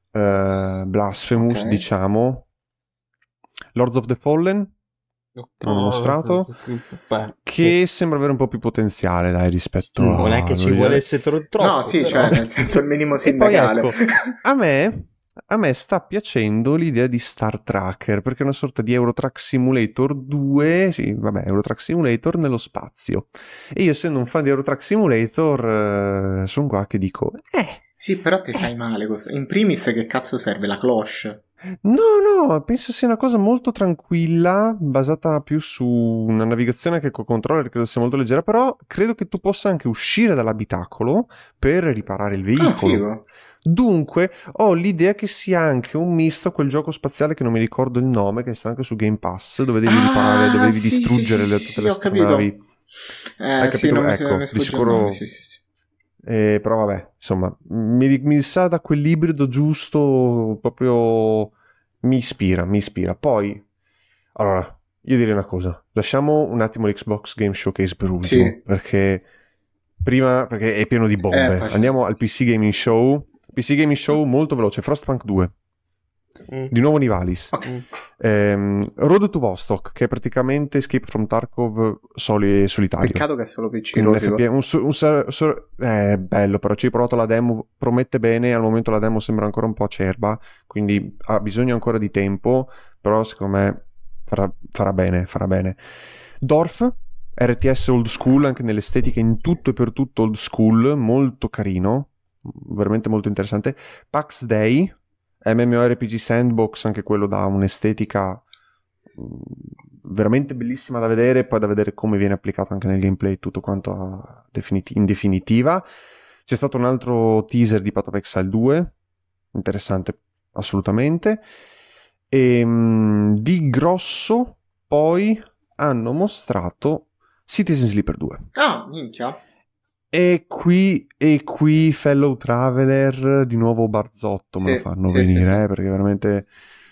Uh, Blasphemous, Okay. diciamo. Lords of the Fallen hanno mostrato, Beh, che sì. sembra avere un po' più potenziale, dai, rispetto Non a è che ci all'originale. volesse tro- troppo. No, sì, però. cioè, nel senso il minimo E poi sindacale. ecco, a me a me sta piacendo l'idea di Star Tracker, perché è una sorta di Eurotrack Simulator due, sì, vabbè, Eurotrack Simulator nello spazio. E io, essendo un fan di Eurotrack Simulator, eh, sono qua che dico, eh, Sì, però ti fai male. cos- In primis, che cazzo serve la cloche? no, no, penso sia una cosa molto tranquilla, basata più su una navigazione che col controller credo sia molto leggera, però credo che tu possa anche uscire dall'abitacolo per riparare il Ah, veicolo. figo. Dunque, ho l'idea che sia anche un misto a quel gioco spaziale che non mi ricordo il nome, che sta anche su Game Pass, dove devi riparare, dove Ah, devi sì, sì, distruggere sì, le, sì, tutte sì, le ho capito. astronavi. Eh, Hai sì, capito? non mi, Ecco, mi di sfugge il sicuro... nome, sì, sì, sì. Eh, però vabbè, insomma, mi, mi sa da quell'ibrido giusto, proprio mi ispira, mi ispira. Poi, allora, io direi una cosa, lasciamo un attimo l'Xbox Game Showcase per ultimo, Sì. perché prima, perché è pieno di bombe. Eh, poi c'è- Andiamo al P C Gaming Show, P C Gaming Show molto veloce, Frostpunk due, Mm. di nuovo Nivalis. Ok. Mm. Ehm, Road to Vostok, che è praticamente Escape from Tarkov soli- solitario. Peccato che è solo P C, Quindi un rosico. F P S, un, su- un ser- sur- eh, bello, però ci ho provato la demo, promette bene, al momento la demo sembra ancora un po' acerba, quindi ha bisogno ancora di tempo, però secondo me farà, farà bene, farà bene. Dorf, R T S old school, anche nell'estetica in tutto e per tutto old school, molto carino, veramente molto interessante. Pax Day, MMORPG sandbox, anche quello da un'estetica veramente bellissima da vedere, poi da vedere come viene applicato anche nel gameplay, tutto quanto a definiti- in definitiva. C'è stato un altro teaser di Path of Exile due, interessante assolutamente, e mh, di grosso poi hanno mostrato Citizen Sleeper due. Ah, minchia. E qui, e qui Fellow Traveler, di nuovo Barzotto me Sì, lo fanno sì, venire, sì, sì. eh, perché è veramente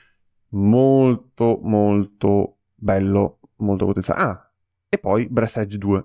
molto molto bello, molto potenziale. Ah, e poi Breath Edge due.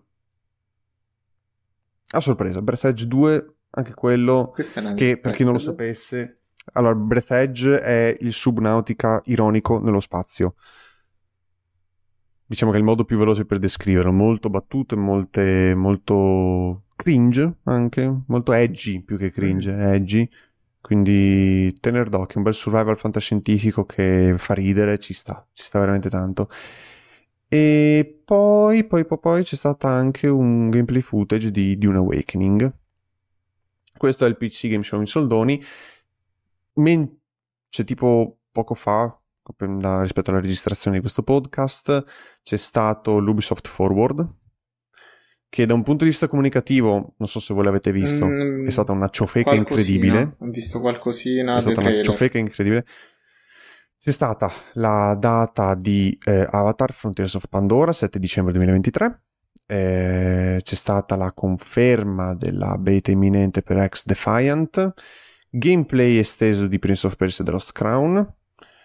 A sorpresa, Breath Edge due, anche quello Questa è una che, per chi non lo unexpected. sapesse, allora Breath Edge è il Subnautica ironico nello spazio. Diciamo che è il modo più veloce per descriverlo, molto battute, molte, molto cringe anche, molto edgy più che cringe, edgy, quindi tener d'occhio, un bel survival fantascientifico che fa ridere, ci sta, ci sta veramente tanto. E poi, poi, poi, poi c'è stato anche un gameplay footage di Dune Awakening. Questo è il P C Game Show in soldoni. Men- c'è tipo poco fa, da- rispetto alla registrazione di questo podcast, c'è stato l'Ubisoft Forward, che da un punto di vista comunicativo, non so se voi l'avete visto, Mm, è stata una ciofeca qualcosina. incredibile. Ho visto qualcosina È dei stata una trailer. ciofeca incredibile. C'è stata la data di eh, Avatar Frontiers of Pandora, sette dicembre duemilaventitré. Eh, c'è stata la conferma della beta imminente per X Defiant, gameplay esteso di Prince of Persia: The Lost Crown,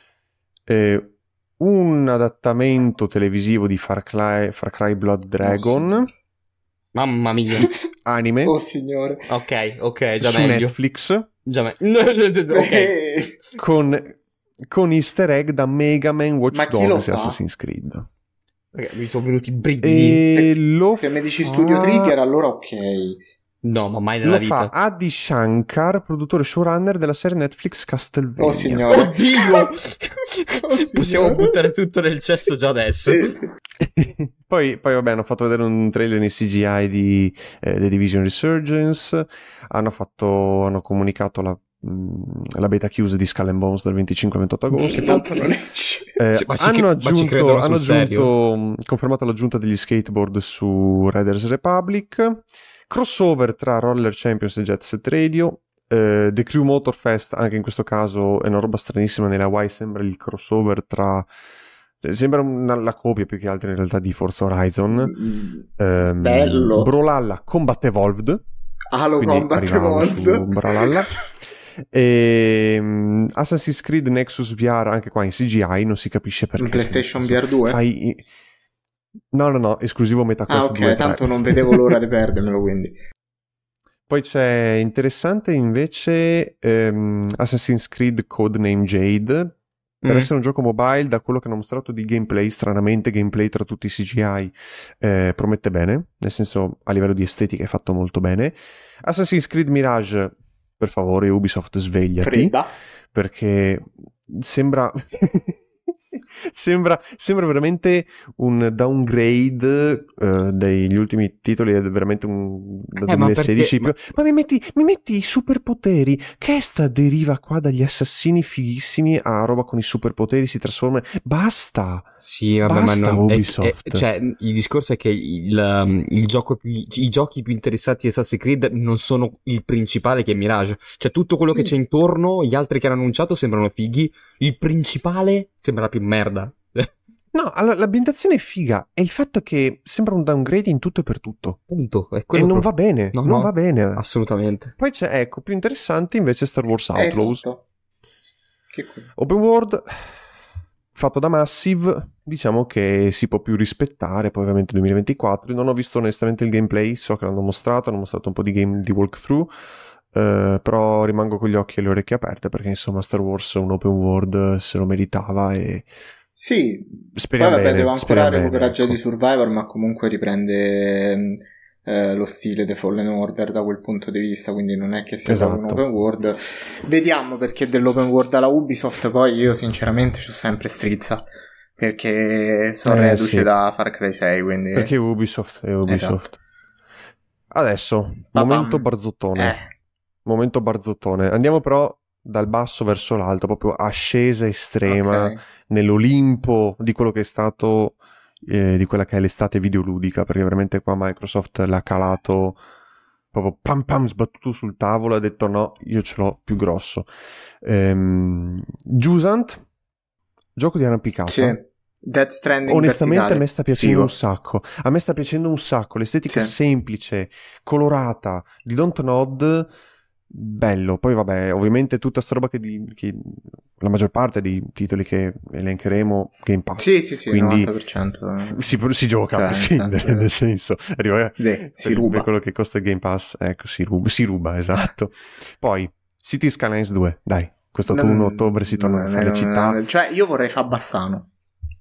eh, un adattamento televisivo di Far Cry, Far Cry Blood Dragon, oh, mamma mia, anime, oh signore, ok, ok, già su meglio. Netflix, già meglio. Okay. con, con easter egg da Mega Man, Watch Dogs e fa? Assassin's Creed. Okay, mi sono venuti i brividi. E lo Se mi dici fa... Studio Trigger, allora ok. No, ma mai nella lo vita. fa Adi Shankar, produttore showrunner della serie Netflix Castlevania. Oh signore. Oddio! Oh, Possiamo signore. buttare tutto nel cesso già adesso. Sì, sì. poi, poi vabbè, hanno fatto vedere un trailer in C G I di eh, The Division Resurgence. Hanno fatto, hanno comunicato la, mh, la beta chiusa di Skull and Bones dal venticinque al ventotto agosto. Che tanto non esce. Eh, Sì, ma ci hanno cre- ma ci credono aggiunto, hanno sul aggiunto mh, confermato l'aggiunta degli skateboard su Riders Republic, crossover tra Roller Champions e Jet Set Radio, eh, The Crew Motorfest, anche in questo caso è una roba stranissima, nelle Hawaii sembra il crossover tra, sembra una, la copia più che altro in realtà di Forza Horizon. Mm, bello. Brawlhalla Combat Evolved, Halo Combat Evolved, Brawlhalla. E um, Assassin's Creed Nexus V R anche qua in C G I, non si capisce perché. In PlayStation V R due? Fai... No, no, no, esclusivo MetaQuest ah, ok, due, tanto non vedevo l'ora di perdermelo, quindi. Poi c'è interessante invece um, Assassin's Creed Codename Jade. Per mm. essere un gioco mobile, da quello che hanno mostrato di gameplay, stranamente gameplay tra tutti i C G I, eh, promette bene, nel senso a livello di estetica è fatto molto bene. Assassin's Creed Mirage, per favore Ubisoft svegliati, Fredda. Perché sembra sembra sembra veramente un downgrade uh, degli ultimi titoli, è veramente un da eh, duemilasedici, ma, perché, ma... ma mi metti mi metti i superpoteri, che è sta deriva qua dagli assassini fighissimi a roba con i superpoteri si trasforma, basta. Sì, vabbè, basta, ma non, Ubisoft. È, è, cioè, il discorso è che il, um, il gioco più, i giochi più interessanti di Assassin's Creed non sono il principale, che è Mirage. Cioè, tutto quello sì. che c'è intorno, gli altri che hanno annunciato sembrano fighi, il principale sembra più merda. No, allora, l'ambientazione è figa, è il fatto che sembra un downgrade in tutto e per tutto. Punto. È E non pro... va bene, no, non no, va bene. Assolutamente. Poi c'è, ecco, più interessante invece Star Wars Outlaws. Esatto. Che Open world, fatto da Massive, diciamo che si può più rispettare, poi ovviamente duemilaventiquattro. Non ho visto onestamente il gameplay, so che l'hanno mostrato, hanno mostrato un po' di game di walkthrough, eh, però rimango con gli occhi e le orecchie aperte, perché insomma Star Wars un open world se lo meritava e... Sì, speriamo poi vabbè, bene, devo ancora recuperare ecco. Jedi Survivor, ma comunque riprende eh, lo stile The Fallen Order da quel punto di vista, quindi non è che sia esatto. un open world. Vediamo, perché dell'open world alla Ubisoft poi io sinceramente c'ho sempre strizza, perché sono eh, reduce sì. da Far Cry sei, quindi... Perché Ubisoft è Ubisoft. Esatto. Adesso, Ba-bam. momento barzottone. Eh. Momento barzottone. Andiamo però dal basso verso l'alto, proprio ascesa estrema, Okay. nell'Olimpo di quello che è stato, eh, di quella che è l'estate videoludica, perché veramente qua Microsoft l'ha calato proprio pam pam sbattuto sul tavolo e ha detto no, io ce l'ho più grosso. Ehm, Jusant, gioco di arrampicata. Sì. Death Stranding Onestamente verticale. a me sta piacendo Figo. un sacco, a me sta piacendo un sacco l'estetica Sì. semplice, colorata di Dontnod, bello. Poi vabbè, ovviamente tutta sta roba che, di, che la maggior parte dei titoli che elencheremo Game Pass, Sì, sì, sì, quindi novanta per cento. si, si gioca Cioè, a prescindere, nel nel senso arriva, Sì, si per- ruba. per quello che costa il Game Pass, ecco, si ruba, si ruba, esatto. Poi City Skylines due, dai, questo autunno, Non- ottobre si torna a non- fare le non- città. non- Cioè, io vorrei fare Bassano.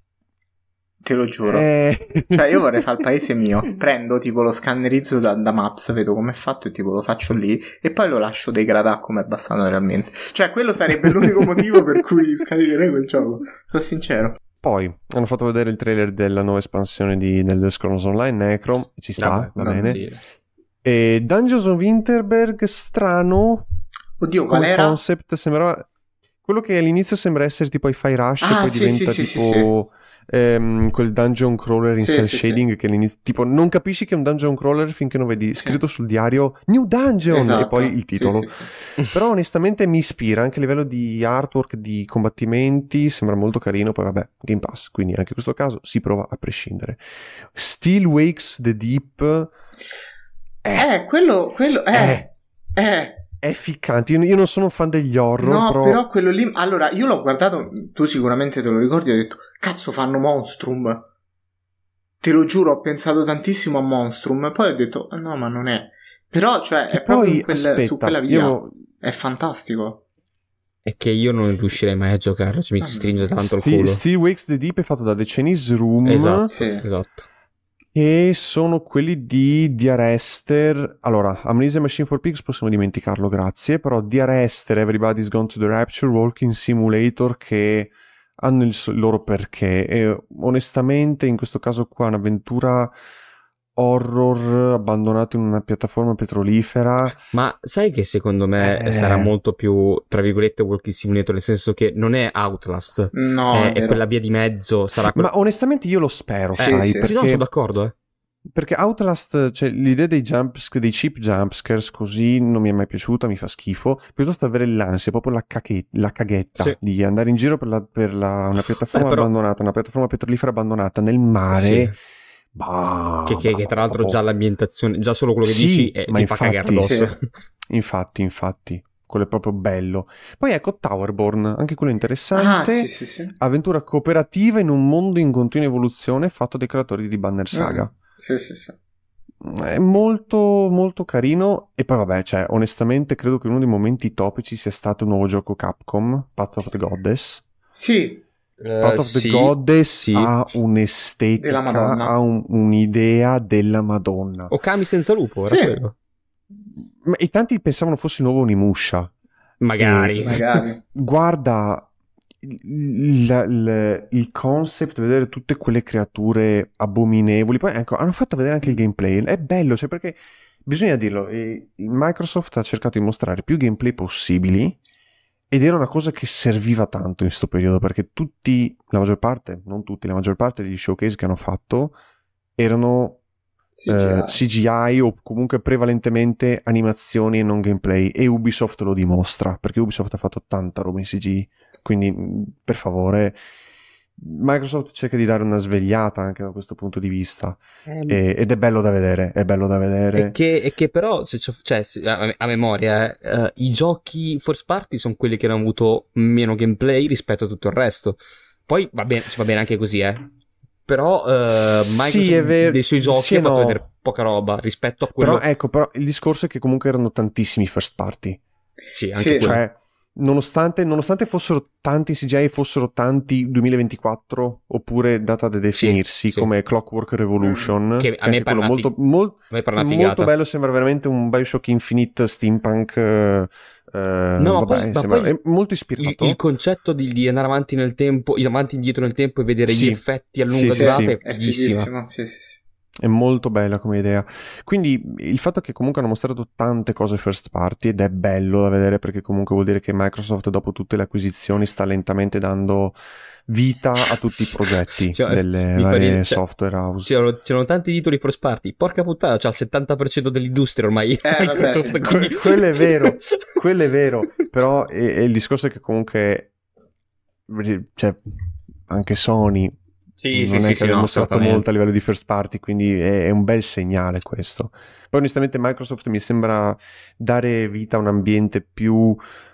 Te lo giuro. Eh... Cioè, io vorrei fare il paese mio. Prendo tipo lo scannerizzo da, da Maps, vedo come è fatto e tipo lo faccio lì e poi lo lascio degradare come è Bassano realmente. Cioè, quello sarebbe l'unico motivo per cui scaricherei quel gioco. Sono sincero. Poi hanno fatto vedere il trailer della nuova espansione di Elder Scrolls Online, Necro, ci sta, Vabbè, va no, bene. Sì. E Dungeons of Winterberg, strano Oddio, qual come era? concept, sembrava quello che all'inizio sembra essere tipo i Fire Rush Ah, e poi sì, diventa sì, sì, tipo ehm, quel dungeon crawler in Sì, cell sì, shading sì. che all'inizio tipo non capisci che è un dungeon crawler finché non vedi scritto sul diario New Dungeon Esatto. e poi il titolo. Sì, sì, sì. Però onestamente mi ispira anche a livello di artwork, di combattimenti, sembra molto carino. Poi vabbè, Game Pass, quindi anche in questo caso si prova a prescindere. Still Wakes the Deep Eh, eh quello, quello, eh, eh. eh. è ficcante. Io, io non sono un fan degli horror, No, però... però quello lì, allora io l'ho guardato, tu sicuramente te lo ricordi, ho detto cazzo fanno Monstrum, te lo giuro, ho pensato tantissimo a Monstrum, poi ho detto no, ma non è, però cioè Che è proprio poi, in quel, aspetta, su quella via, io... è fantastico. È che io non riuscirei mai a giocare, cioè mi si stringe tanto il Sti- culo. Still Wakes the Deep è fatto da The Chinese Room, Esatto, Sì. esatto. e sono quelli di The Arrester. Allora, Amnesia Machine for Pigs possiamo dimenticarlo, grazie, però The Arrester, Everybody's Gone to the Rapture, Walking Simulator, che hanno il so- loro perché, e onestamente in questo caso qua è un'avventura horror abbandonato in una piattaforma petrolifera. Ma sai che secondo me Eh. sarà molto più, tra virgolette, walking simulator, nel senso che non è Outlast, No, è, è è vero. quella via di mezzo, sarà quella... Ma onestamente io lo spero, Sì, sai, sì. Sì, no, perché... sono d'accordo, eh. Perché Outlast, cioè l'idea dei jumps, dei cheap jumpscares così non mi è mai piaciuta, mi fa schifo. Piuttosto avere l'ansia, proprio la, cache- la caghetta Sì. di andare in giro per, la, per la, una piattaforma Beh, però- abbandonata, una piattaforma petrolifera abbandonata nel mare. Sì. Bah, Che, che, bah, che tra l'altro bah, già l'ambientazione, già solo quello che Sì, dici è, ma ti fa infatti- cagare addosso. Sì. Infatti, infatti, quello è proprio bello. Poi ecco Towerborn, anche quello Ah, interessante. sì, sì, sì. Avventura cooperativa in un mondo in continua evoluzione fatto dai creatori di Banner Saga. Mm. Sì, sì, sì. È molto molto carino. E poi vabbè, cioè onestamente credo che uno dei momenti topici sia stato il nuovo gioco Capcom, Path of the Goddess. Sì, Path of the sì, Goddess sì. ha Della un'estetica, Madonna. ha un- un'idea della Madonna. Okami senza lupo, era Sì. quello. Ma- e tanti pensavano fosse il nuovo Onimusha. Magari. Eh, magari. Guarda il, il- il- il concept, vedere tutte quelle creature abominevoli. Poi ecco, hanno fatto vedere anche il gameplay. È bello, cioè, perché bisogna dirlo, eh, Microsoft ha cercato di mostrare più gameplay possibili, ed era una cosa che serviva tanto in questo periodo, perché tutti, la maggior parte, non tutti, la maggior parte degli showcase che hanno fatto erano C G I. eh, C G I o comunque prevalentemente animazioni e non gameplay, e Ubisoft lo dimostra, perché Ubisoft ha fatto tanta roba in C G I, quindi mh, per favore Microsoft cerca di dare una svegliata anche da questo punto di vista, e- ed è bello da vedere, è bello da vedere. E che, e che però, se c'ho- cioè, se- a, a memoria, eh, eh, i giochi first party sono quelli che hanno avuto meno gameplay rispetto a tutto il resto. Poi va bene, ci va bene anche così, eh. Però eh, Sì, Microsoft è vero. dei suoi giochi Sì e ha fatto no. vedere poca roba rispetto a quello... Però ecco, però il discorso è che comunque erano tantissimi first party, Sì, anche Sì. quello. cioè nonostante, nonostante fossero tanti C G I, fossero tanti duemilaventiquattro oppure data da definirsi, sì. come Clockwork Revolution, Che a me anche pare quello una molto, fig- mol- a me pare una che figata. molto bello, sembra veramente un Bioshock Infinite steampunk, eh, eh, No, ma vabbè, poi- ma sembra- poi è molto Il, ispirato. il concetto di, di andare avanti nel tempo, avanti e indietro nel tempo e vedere Sì. gli effetti a Sì, lunga sì, durata sì. è È fighissima. fighissimo. Sì, sì, sì. È molto bella come idea. Quindi il fatto che comunque hanno mostrato tante cose first party, ed è bello da vedere, perché comunque vuol dire che Microsoft, dopo tutte le acquisizioni, sta lentamente dando vita a tutti i progetti Cioè, delle mi fa varie ridere, cioè, software house. C'erano, c'erano tanti titoli first party. Porca puttana, c'ha il settanta per cento dell'industria ormai. Eh, vabbè. Microsoft, Que- quindi- quello è vero, quello è vero, però è, è il discorso è che comunque, cioè, anche Sony Sì, non sì, è sì, che sì, abbia no, mostrato assolutamente. molto a livello di first party, quindi è, è un bel segnale questo. Poi onestamente Microsoft mi sembra dare vita a un ambiente più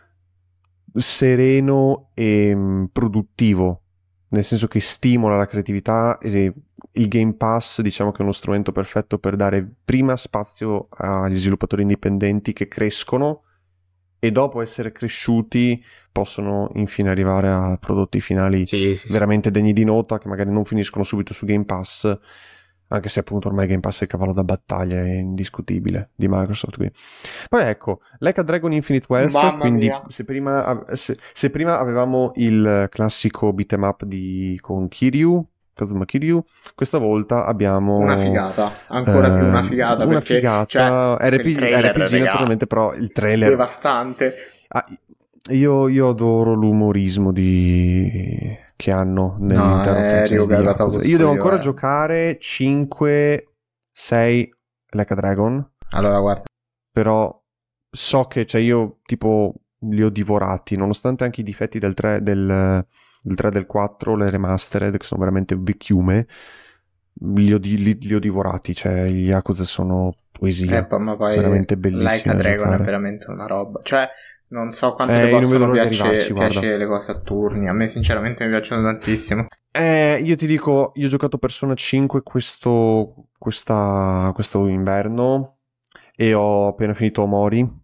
sereno e mh, produttivo, nel senso che stimola la creatività, e il Game Pass diciamo che è uno strumento perfetto per dare prima spazio agli sviluppatori indipendenti che crescono, e dopo essere cresciuti possono infine arrivare a prodotti finali Sì, sì, sì. veramente degni di nota, che magari non finiscono subito su Game Pass, anche se appunto ormai Game Pass è il cavallo da battaglia, è indiscutibile, di Microsoft. Quindi. Poi ecco, Like a Dragon Infinite Wealth, Mamma quindi mia. se prima, se, se prima avevamo il classico beat'em up di, con Kiryu, Kazuma Kiryu, questa volta abbiamo Una figata, ancora più una figata, una perché figata, cioè, R P G, il trailer, R P G raga, naturalmente, però il trailer devastante. Ah, io, io adoro l'umorismo di che hanno No, nell'intero è franchise di riogata Yakuza. così, Io devo ancora eh. giocare cinque sei Like a Dragon, Allora, guarda, però so che, cioè, io tipo li ho divorati, nonostante anche i difetti del tre del, del tre del quattro, le remastered che sono veramente vecchiume, li ho, di- li, li ho divorati, cioè gli Yakuza sono poesia, eh, poi- ma poi veramente Like bellissimi a da Dragon giocare. è veramente una roba. Cioè, non so quanto Eh, ti io non possono vedo l'ora di piace- arrivarci, guarda. piacere le cose a turni. A me sinceramente mi piacciono tantissimo. Eh, io ti dico, io ho giocato Persona cinque questo, questa, questo inverno e ho appena finito Omori.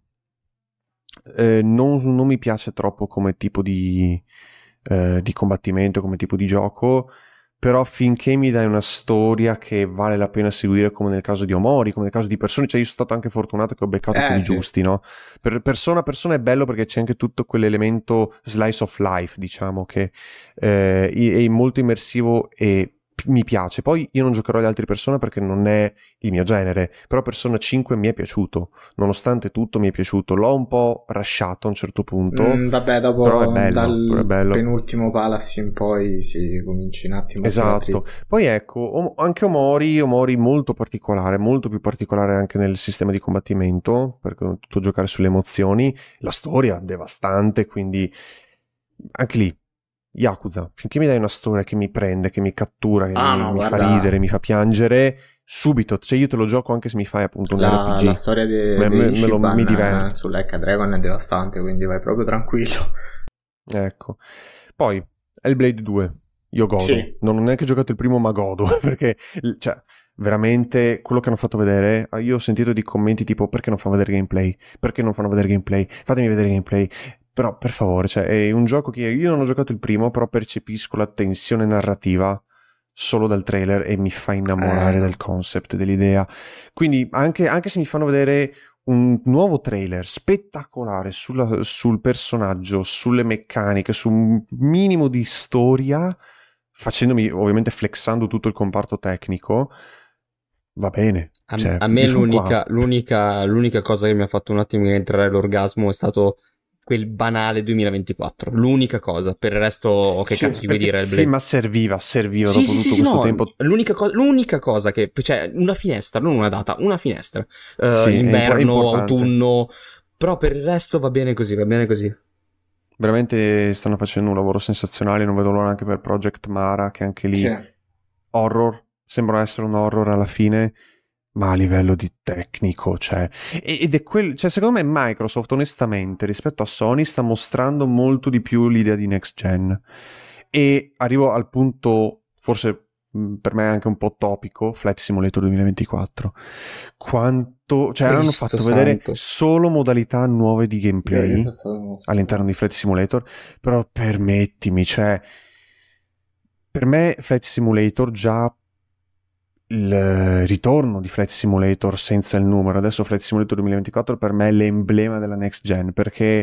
Eh, non, non mi piace troppo come tipo di, eh, di combattimento, come tipo di gioco, però finché mi dai una storia che vale la pena seguire, come nel caso di Omori, come nel caso di Persona, cioè io sono stato anche fortunato che ho beccato Eh, quelli sì. giusti, no? Per Persona, Persona è bello perché c'è anche tutto quell'elemento slice of life, diciamo, che eh, è molto immersivo e mi piace. Poi io non giocherò agli altri Persona perché non è il mio genere, però Persona cinque mi è piaciuto, nonostante tutto mi è piaciuto. L'ho un po' rushato a un certo punto, Mm, vabbè, dopo però è bello, dal però è bello. penultimo Palace in poi si comincia un attimo a Esatto. Poi ecco, Om- anche Omori, Omori molto particolare, molto più particolare anche nel sistema di combattimento, perché ho dovuto giocare sulle emozioni, la storia devastante, quindi anche lì Yakuza, finché mi dai una storia che mi prende, che mi cattura, che Ah, mi, no, mi fa guarda. ridere, mi fa piangere, subito, cioè io te lo gioco anche se mi fai appunto un La, R P G. la storia di Me- me- me lo- Ichiban mi diverte. su Like a Dragon è devastante, quindi vai proprio tranquillo. Ecco. Poi Hellblade due, io godo. Sì. Non ho neanche giocato il primo, ma godo perché, cioè, veramente quello che hanno fatto vedere, io ho sentito di commenti tipo perché non fanno vedere gameplay? Perché non fanno vedere gameplay? Fatemi vedere gameplay. Però per favore, cioè, è un gioco che io non ho giocato il primo, però percepisco la tensione narrativa solo dal trailer e mi fa innamorare Eh. del concept, dell'idea. Quindi anche, anche se mi fanno vedere un nuovo trailer spettacolare sulla, sul personaggio, sulle meccaniche, su un minimo di storia, facendomi ovviamente flexando tutto il comparto tecnico, va bene. A, Cioè, a me io son l'unica, qua. l'unica, l'unica cosa che mi ha fatto un attimo entrare l'orgasmo è stato quel banale duemilaventiquattro. L'unica cosa. Per il resto, che Sì, cazzo gli vuoi perché dire? sì, ma serviva, serviva Sì, dopo sì, tutto sì, sì, questo no, tempo. l'unica, co- l'unica cosa che, cioè, una finestra, non una data, una finestra. Eh, Sì, è impo- è inverno, importante. autunno, però per il resto va bene così, va bene così. Veramente stanno facendo un lavoro sensazionale, non vedo l'ora anche per Project Mara, che anche lì Sì. horror, sembra essere un horror alla fine, ma a livello di tecnico, cioè, e- ed è quel, cioè, secondo me Microsoft onestamente rispetto a Sony sta mostrando molto di più l'idea di next gen, e arrivo al punto forse mh, per me anche un po' topico, Flight Simulator duemilaventiquattro, quanto, cioè hanno Cristo fatto vedere santo. solo modalità nuove di Io- gameplay io sono stato mostrato. all'interno di Flight Simulator, però permettimi, cioè, per me Flight Simulator già il ritorno di Flight Simulator senza il numero, adesso Flight Simulator duemilaventiquattro per me è l'emblema della next gen, perché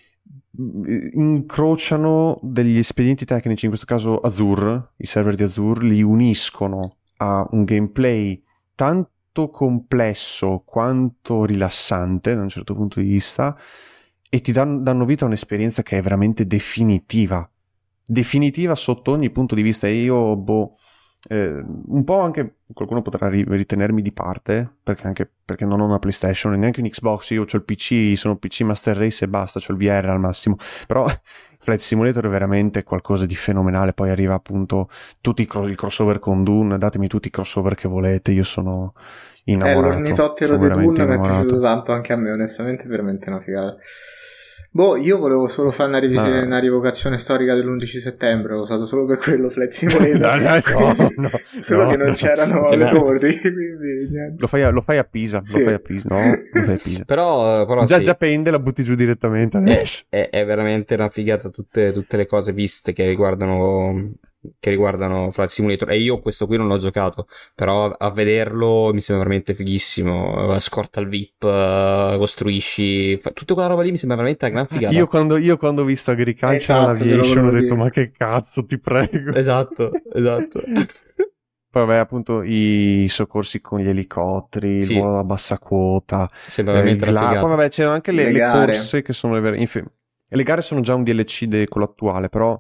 incrociano degli espedienti tecnici, in questo caso Azure, i server di Azure, li uniscono a un gameplay tanto complesso quanto rilassante da un certo punto di vista, e ti dan- danno vita a un'esperienza che è veramente definitiva definitiva sotto ogni punto di vista. E io boh eh, un po' anche qualcuno potrà ri- ritenermi di parte perché anche perché non ho una PlayStation e neanche un Xbox, io ho il P C, sono P C Master Race e basta, c'ho il V R al massimo, però Flight Simulator è veramente qualcosa di fenomenale. Poi arriva appunto tutti i cro- il crossover con Dune, datemi tutti i crossover che volete, io sono Eh, innamorato, l'ornitottero sono di veramente Dune mi è innamorato. piaciuto tanto anche a me, onestamente, è veramente una figata. Boh, io volevo solo fare una, rivisi- Ma- una rievocazione storica dell'undici settembre, l'ho usato solo per quello, Flight Simulator. No, no, no, Solo no. che non c'erano Sì, le ma- torri, quindi niente. Lo fai a, lo fai a Pisa, Sì. lo fai a Pisa, no? Lo fai a Pisa. Però, però già, sì, già pende, la butti giù direttamente è, adesso. è- è veramente una figata tutte, tutte le cose viste che riguardano che riguardano Flight Simulator, e io questo qui non l'ho giocato, però a vederlo mi sembra veramente fighissimo. Eh, scorta il V I P, eh, costruisci, fa- tutta quella roba lì mi sembra veramente una gran figata. Io quando, io quando ho visto Agricultural Esatto, te lo Aviation ho volevo detto dire. ma che cazzo, ti prego. Esatto, esatto. Poi vabbè, appunto i soccorsi con gli elicotteri, Sì. il volo a bassa quota, Sembra eh, il veramente una gla- figata. poi vabbè c'erano anche le, Le le gare. corse che sono le vere... inf- le gare sono già un D L C di quello attuale, però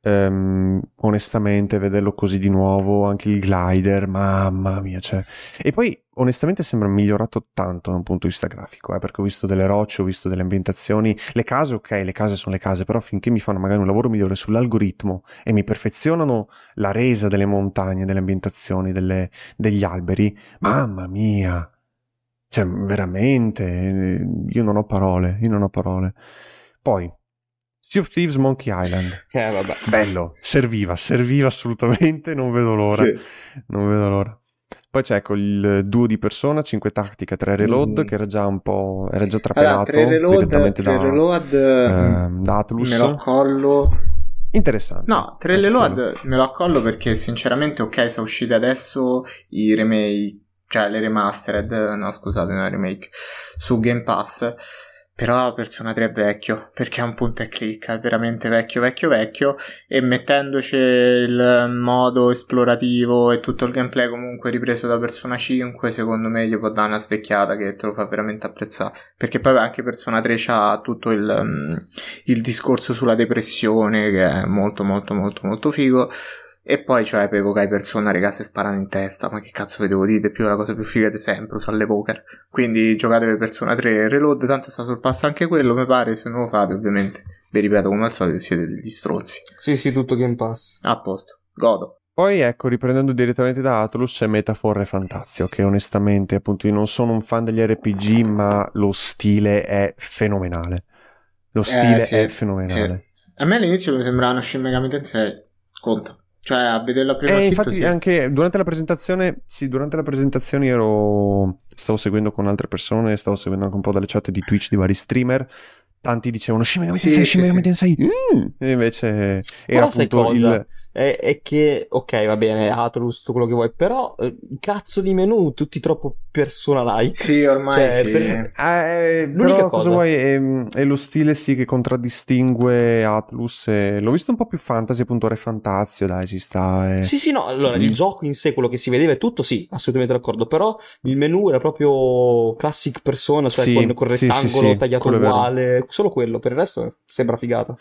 Um, onestamente vederlo così di nuovo, anche il glider, mamma mia, cioè. E poi onestamente sembra migliorato tanto da un punto di vista grafico, eh, perché ho visto delle rocce, ho visto delle ambientazioni, le case, ok, le case sono le case, però finché mi fanno magari un lavoro migliore sull'algoritmo e mi perfezionano la resa delle montagne, delle ambientazioni, delle, degli alberi, mamma mia, cioè veramente, io non ho parole, io non ho parole. Poi Sea of Thieves Monkey Island. Eh, vabbè. Bello, serviva, serviva assolutamente, non vedo l'ora. Sì. Non vedo l'ora. Poi c'è ecco il duo di Persona, cinque tattica, tre reload, Mm. che era già un po', era già trapelato Allora, tre reload, direttamente tre da, reload eh, da Atlus. me lo accollo. Interessante. No, tre Anche reload quello. me lo accollo perché sinceramente, ok, sono uscite adesso i remake, cioè le remastered, no scusate, non è remake, su Game Pass. Però Persona tre è vecchio, perché è un punto e clicca, è veramente vecchio, vecchio, vecchio, e mettendoci il modo esplorativo e tutto il gameplay comunque ripreso da Persona cinque, secondo me gli può dare una svecchiata che te lo fa veramente apprezzare, perché poi anche Persona tre c'ha tutto il, um, il discorso sulla depressione, che è molto molto molto molto figo. E poi cioè per evocare Persona, raga, se sparano in testa, ma che cazzo vedevo dite, più la cosa più figa di sempre, usare poker. Quindi giocate Persona tre Reload, tanto sta sul passo anche quello, mi pare, se non lo fate ovviamente, vi ripeto come al solito, siete degli stronzi. Sì, sì, tutto Game Pass. A posto, godo. Poi ecco, riprendendo direttamente da Atlus, c'è Metaphor e Fantazio, che onestamente appunto io non sono un fan degli R P G, ma lo stile è fenomenale. Lo stile Eh, sì, è fenomenale. sì. A me all'inizio mi sembrava Shin Megami Tensei, conta. Cioè, a vederlo a prima E acchito, infatti sì. anche durante la presentazione, sì, durante la presentazione ero stavo seguendo con altre persone, stavo seguendo anche un po' dalle chat di Twitch di vari streamer. Tanti dicevano Shin Megami Sì, Tensei, sì, Shin Megami sì. Tensei. Mm! E invece era Però sai appunto cosa? il È, è che, ok, va bene, Atlus, tutto quello che vuoi, però eh, cazzo di menù, tutti troppo persona-like. Sì, ormai Cioè, sì. per- Eh, L'unica però cosa- cosa vuoi? È, è lo stile sì che contraddistingue Atlus. E l'ho visto un po' più fantasy, appunto Re Fantazio, dai, ci sta. E... Sì, sì, no, allora, Mm. il gioco in sé, quello che si vedeva e tutto, sì, assolutamente d'accordo, però il menù era proprio classic persona, cioè Sì, con, con sì, sì, rettangolo sì, tagliato quello è vero. uguale, solo quello, per il resto sembra figata.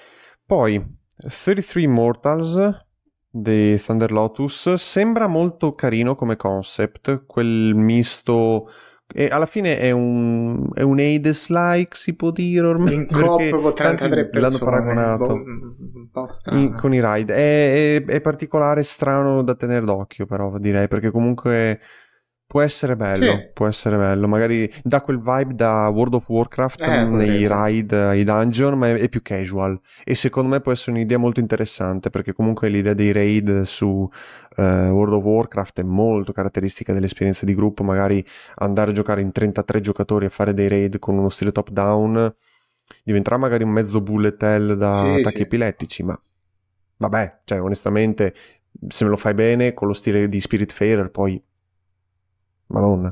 Poi trentatré Immortals di Thunder Lotus sembra molto carino come concept, quel misto. E alla fine è un è un Hades-like, si può dire ormai. In perché coop con trentatré tanti l'hanno persone, paragonato boh, un po' strano. in- con i raid. È, è, è particolare, strano da tenere d'occhio, però direi, perché comunque può essere bello. Sì. Può essere bello. Magari dà quel vibe da World of Warcraft Eh, nei potrebbe. raid, ai dungeon, ma è, è più casual. E secondo me può essere un'idea molto interessante, perché comunque l'idea dei raid su eh, World of Warcraft è molto caratteristica dell'esperienza di gruppo. Magari andare a giocare in trentatré giocatori a fare dei raid con uno stile top down diventerà magari un mezzo bullet hell da Sì, attacchi sì. epilettici, ma vabbè, cioè onestamente se me lo fai bene con lo stile di Spiritfarer, poi madonna.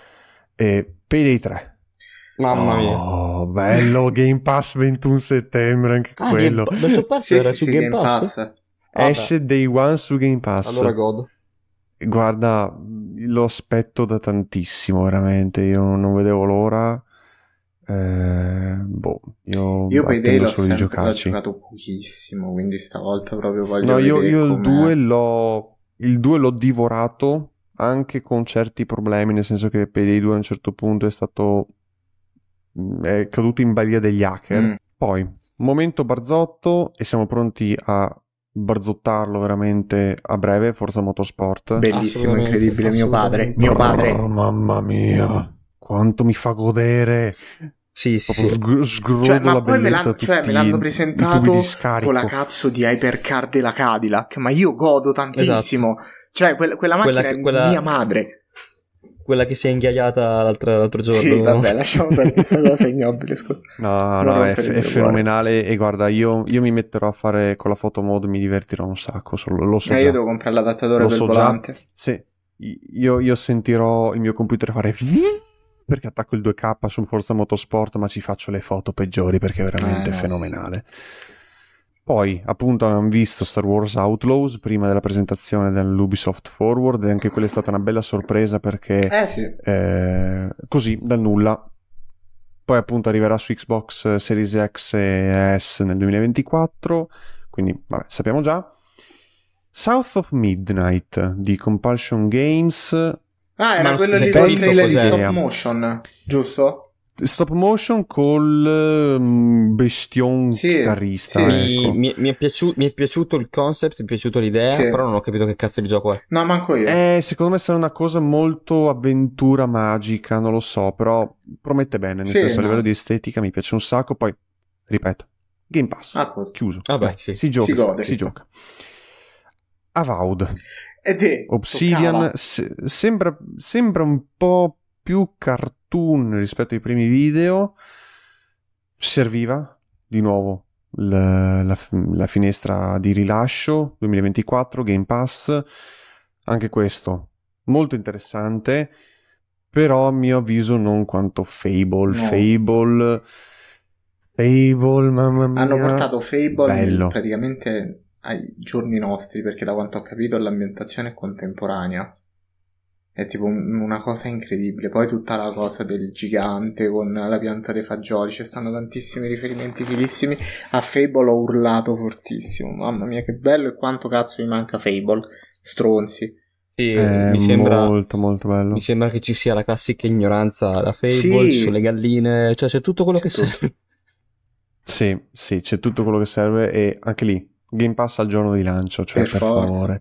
E Payday tre. Mamma mia. Oh, bello, Game Pass ventuno settembre, anche Ah, quello. Game Pa- non so passo, Sì, era sì, su sì, Game Pass? Vabbè, Esce Day One su Game Pass. allora godo. Guarda, lo aspetto da tantissimo, veramente. Io non vedevo l'ora. Eh, boh, io, Io Payday attendo l'ho solo di sempre l'ho giocarci. giocato pochissimo, quindi stavolta proprio voglio No, io, vedere io il com'è. due l'ho il due l'ho divorato anche con certi problemi, nel senso che Payday due a un certo punto è stato è caduto in balia degli hacker. Mm. Poi, momento barzotto, e siamo pronti a barzottarlo veramente a breve, Forza Motorsport. Bellissimo, Assolutamente, incredibile, mio padre, assolutamente. mio padre. Oh, mamma mia, quanto mi fa godere. Sì, sì, Proprio sì. sg- sgrodo Cioè, ma la poi me bellezza l'hanno, da cioè, tutti me l'hanno i- i presentato tubi di scarico. con la cazzo di hypercar della Cadillac, ma io godo tantissimo. Cioè, quella, quella macchina Quella che- è quella- mia madre. Quella che si è inghiaiata l'altro, l'altro giorno. Sì, vabbè, lasciamo perdere questa cosa ignobile, scusa. No, Non no, è, rompere il è mio fenomenale. E guarda, io, io mi metterò a fare con la foto mode, mi divertirò un sacco. Solo, lo so Eh, già. io devo comprare l'adattatore Lo per so il già. volante. Sì, io, io sentirò il mio computer fare perché attacco il due K su Forza Motorsport, ma ci faccio le foto peggiori perché è veramente Eh, no, fenomenale. Poi, appunto, abbiamo visto Star Wars Outlaws prima della presentazione dell'Ubisoft Forward, e anche quella è stata una bella sorpresa perché Eh sì. eh, così, dal nulla. Poi appunto arriverà su Xbox Series X e S nel duemilaventiquattro, quindi vabbè, sappiamo già. South of Midnight di Compulsion Games. Ah, era Ma quello si lì è col capito trailer di cos'è? stop motion, giusto? Stop motion col um, bestion Sì, chitarrista. sì, ecco. Mi, mi- mi è piaciu- mi è piaciuto il concept, mi è piaciuta l'idea, Sì. però non ho capito che cazzo di gioco è. No, manco io. Eh, secondo me sarà una cosa molto avventura magica, non lo so, però promette bene, nel Sì, senso a no. livello di estetica mi piace un sacco, poi ripeto, Game Pass, Ah, posto. chiuso. Vabbè, Dai, sì. si gioca, Si gode, si ci sta. gioca. Avowed, Ed è Obsidian, toccava. se- sembra, sembra un po' più cartoon rispetto ai primi video, serviva di nuovo la, la, la finestra di rilascio duemilaventiquattro, Game Pass, anche questo molto interessante, però a mio avviso non quanto Fable. No. Fable, Fable, mamma mia. Hanno portato Fable bello. praticamente ai giorni nostri, perché da quanto ho capito l'ambientazione è contemporanea. È tipo un- una cosa incredibile. Poi tutta la cosa del gigante con la pianta dei fagioli, ci stanno tantissimi riferimenti filissimi. A Fable ho urlato fortissimo. Mamma mia, che bello, e quanto cazzo mi manca Fable. Stronzi. Sì, È mi sembra, molto molto bello. mi sembra che ci sia la classica ignoranza da Fable, Sì. ci sono le galline, cioè c'è tutto quello C'è che tutto. serve. Sì, sì, c'è tutto quello che serve e anche lì Game Pass al giorno di lancio, cioè Per per, forza. favore.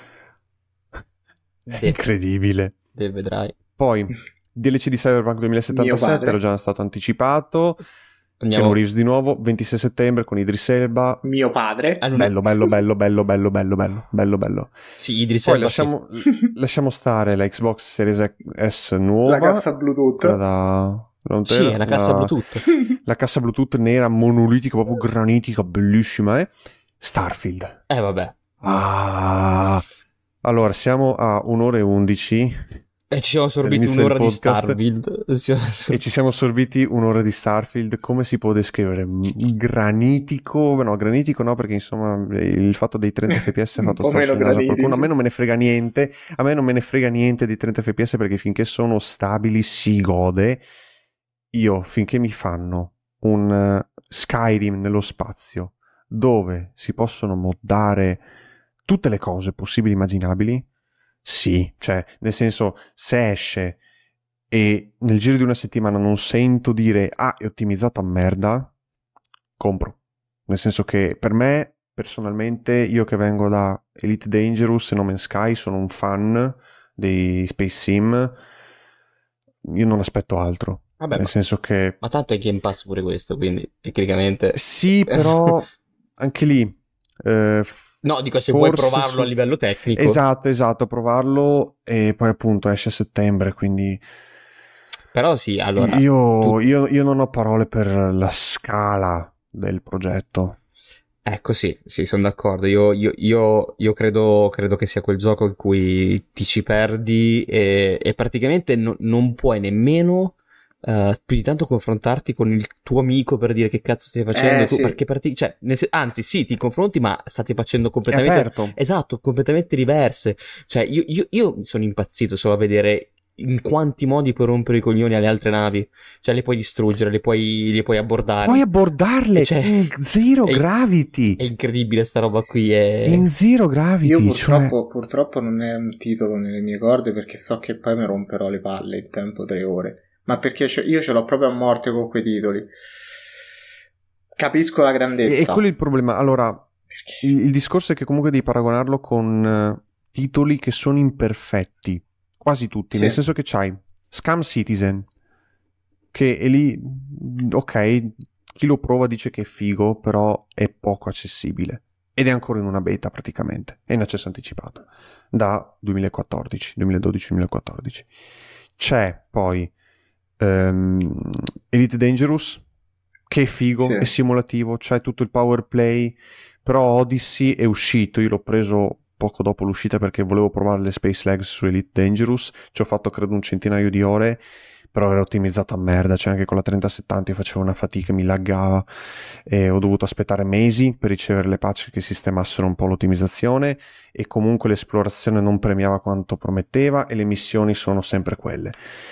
De- Incredibile. de- vedrai. Poi D L C di Cyberpunk Mio duemilasettantasette padre. era già stato anticipato. Andiamo. Keanu Reeves di nuovo, ventisei settembre con Idris Elba. Mio padre. Ah, non è- Bello, bello, bello, bello, bello, bello, bello, bello, bello. Sì, Idris Poi Elba, sì. lasciamo, lasciamo stare la Xbox Series S nuova. La cassa Bluetooth. quella da... non Sì, t'era- è la cassa la- Bluetooth. La cassa Bluetooth nera, monolitica, proprio granitica, bellissima, eh? Starfield. Eh, vabbè. Ah. Allora, siamo a un'ora e undici E ci siamo sorbiti Dall'inizio un'ora del di podcast. Starfield. Siamo sor- e ci siamo sorbiti un'ora di Starfield. Come si può descrivere? Granitico? No, granitico no, perché insomma il fatto dei trenta F P S ha Un fatto po' storcere meno il naso a granitico. qualcuno. A me non me ne frega niente. A me non me ne frega niente di trenta F P S perché finché sono stabili si gode. Io, finché mi fanno un eh, Skyrim nello spazio dove si possono moddare tutte le cose possibili e immaginabili, sì, cioè nel senso, se esce e nel giro di una settimana non sento dire ah, è ottimizzato a merda, compro. Nel senso che per me personalmente, io che vengo da Elite Dangerous e No Man's Sky, sono un fan dei Space Sim, io non aspetto altro. Vabbè, Nel ma, senso che ma tanto è Game Pass pure questo, quindi tecnicamente... sì, però anche lì eh, No, dico, se forse vuoi provarlo su- a livello tecnico... esatto, esatto, provarlo e poi appunto esce a settembre, quindi Però sì, allora... io, tu- io, io non ho parole per la scala del progetto. Ecco, sì, sì, sono d'accordo. Io, io, io, io credo, credo che sia quel gioco in cui ti ci perdi e, e praticamente no- non puoi nemmeno eh, più di tanto confrontarti con il tuo amico per dire che cazzo stai facendo Eh, tu, sì. perché parti- cioè, nel sen- anzi, sì, ti confronti, ma state facendo È completamente... aperto. Esatto, completamente diverse. Cioè, io, io, io sono impazzito solo a vedere in quanti modi puoi rompere i coglioni alle altre navi. Cioè, le puoi distruggere, le puoi, le puoi abbordare. Puoi abbordarle Cioè- in zero è- gravity. È incredibile sta roba qui. È... In zero gravity. Io cioè- purtroppo, purtroppo non è un titolo nelle mie corde, perché so che poi mi romperò le palle in tempo tre ore. Ma perché ce- io ce l'ho proprio a morte con quei titoli. Capisco la E, grandezza. e quello è il problema. Allora, Perché? il, il discorso è che comunque devi paragonarlo con eh, titoli che sono imperfetti. Quasi tutti. Sì. Nel senso che c'hai Scam Citizen, che è lì, ok, chi lo prova dice che è figo, però è poco accessibile. Ed è ancora in una beta praticamente. È in accesso anticipato. Da duemilaquattordici, duemiladodici duemilaquattordici. C'è poi ehm, Elite Dangerous, che è figo, Sì. è simulativo, c'è tutto il power play, però Odyssey è uscito, io l'ho preso poco dopo l'uscita perché volevo provare le Space Legs su Elite Dangerous, ci ho fatto credo un centinaio di ore, però era ottimizzato a merda, cioè anche con la trenta settanta io facevo una fatica, mi laggava e ho dovuto aspettare mesi per ricevere le patch che sistemassero un po' l'ottimizzazione, e comunque l'esplorazione non premiava quanto prometteva e le missioni sono sempre quelle.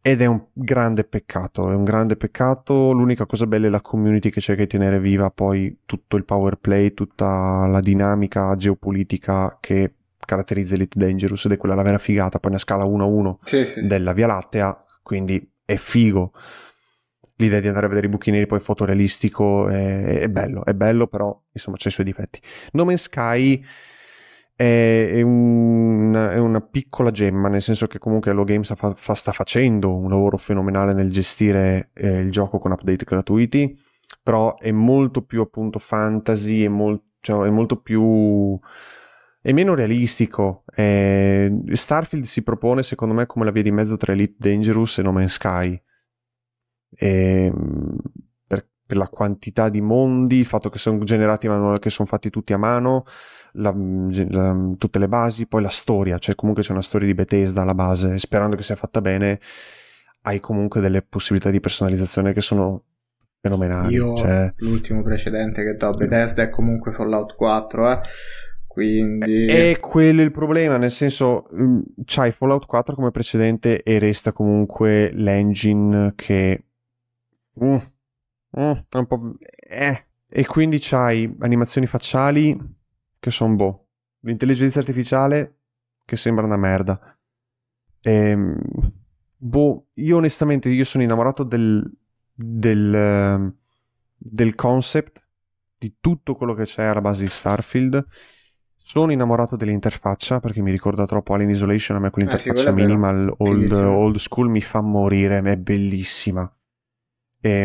ed è un grande peccato, è un grande peccato. L'unica cosa bella è la community che cerca di tenere viva poi tutto il power play, tutta la dinamica geopolitica che caratterizza Elite Dangerous, ed è quella la vera figata. Poi una scala uno a uno sì, sì, della Via Lattea, quindi è figo. L'idea di andare a vedere i buchi neri poi fotorealistico è, è bello, è bello, però insomma c'ha i suoi difetti. No Man's Sky è, è, un, è una piccola gemma, nel senso che comunque Hello Games fa, fa, sta facendo un lavoro fenomenale nel gestire eh, il gioco con update gratuiti, però è molto più appunto fantasy, è, mol, cioè, è molto più... è meno realistico. eh, Starfield si propone secondo me come la via di mezzo tra Elite Dangerous e No Man's Sky. E, per, per la quantità di mondi, il fatto che sono generati manuali, che sono fatti tutti a mano, la, la, tutte le basi, poi la storia, cioè comunque c'è una storia di Bethesda alla base, sperando che sia fatta bene, hai comunque delle possibilità di personalizzazione che sono fenomenali. Io cioè... l'ultimo precedente che do a Bethesda è comunque Fallout quattro, eh quindi è quello il problema, nel senso c'hai Fallout quattro come precedente e resta comunque l'engine che Mm, mm, è un po' eh. E quindi c'hai animazioni facciali che sono boh, l'intelligenza artificiale che sembra una merda. E, boh, io onestamente io sono innamorato del del del concept, di tutto quello che c'è alla base di Starfield. Sono innamorato dell'interfaccia perché mi ricorda troppo Alien Isolation. A me quell'interfaccia ah, sì, minimal old, old school mi fa morire, è bellissima. E,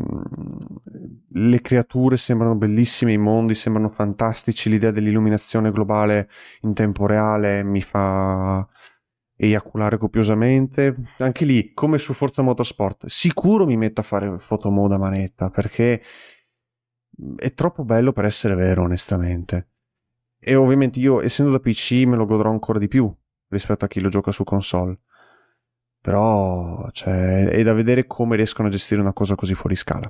le creature sembrano bellissime, i mondi sembrano fantastici, l'idea dell'illuminazione globale in tempo reale mi fa eiaculare copiosamente. Anche lì, come su Forza Motorsport, sicuro mi metto a fare fotomode a manetta perché è troppo bello per essere vero, onestamente. E ovviamente io, essendo da P C, me lo godrò ancora di più rispetto a chi lo gioca su console. Però cioè, è da vedere come riescono a gestire una cosa così fuori scala.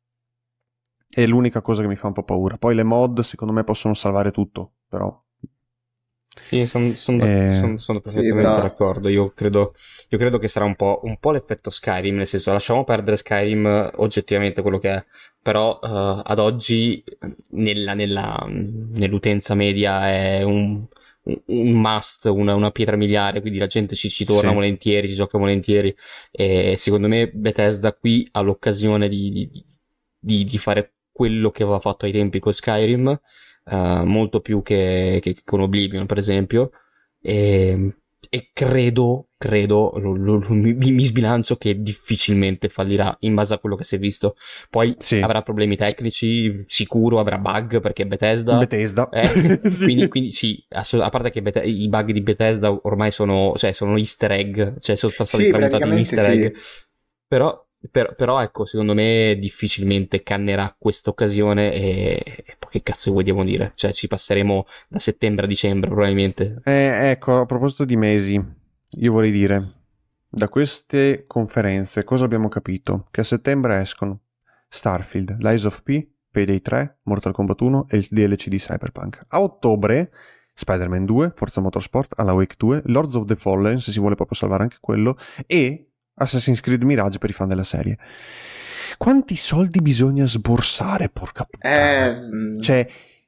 È l'unica cosa che mi fa un po' paura. Poi le mod secondo me possono salvare tutto, però sì, sono son, eh, son, son perfettamente sì, d'accordo. Io credo, io credo che sarà un po', un po' l'effetto Skyrim, nel senso, lasciamo perdere Skyrim oggettivamente quello che è, però uh, ad oggi nella, nella, nell'utenza media è un, un must, una, una pietra miliare, quindi la gente ci, ci torna sì. volentieri, ci gioca volentieri, e secondo me Bethesda qui ha l'occasione di, di, di, di fare quello che aveva fatto ai tempi con Skyrim. Uh, molto più che, che con Oblivion, per esempio, e, e credo credo lo, lo, lo, mi, mi sbilancio che difficilmente fallirà in base a quello che si è visto. Poi sì. avrà problemi tecnici, sicuro avrà bug perché Bethesda Bethesda eh, sì. quindi, quindi sì, a parte che Beth- i bug di Bethesda ormai sono, cioè sono easter egg, cioè sono stati sì, tramutati in easter egg, sì. però Per, però ecco, secondo me difficilmente cannerà questa occasione e, e poi che cazzo vogliamo dire? Cioè ci passeremo da settembre a dicembre probabilmente. Eh, ecco, a proposito di mesi, io vorrei dire, da queste conferenze cosa abbiamo capito? Che a settembre escono Starfield, Lies of P, Payday tre, Mortal Kombat uno e il D L C di Cyberpunk. A ottobre Spider-Man due, Forza Motorsport, Alan Wake due, Lords of the Fallen, se si vuole proprio salvare anche quello, e Assassin's Creed Mirage per i fan della serie. Quanti soldi bisogna sborsare, porca puttana? Eh, cioè,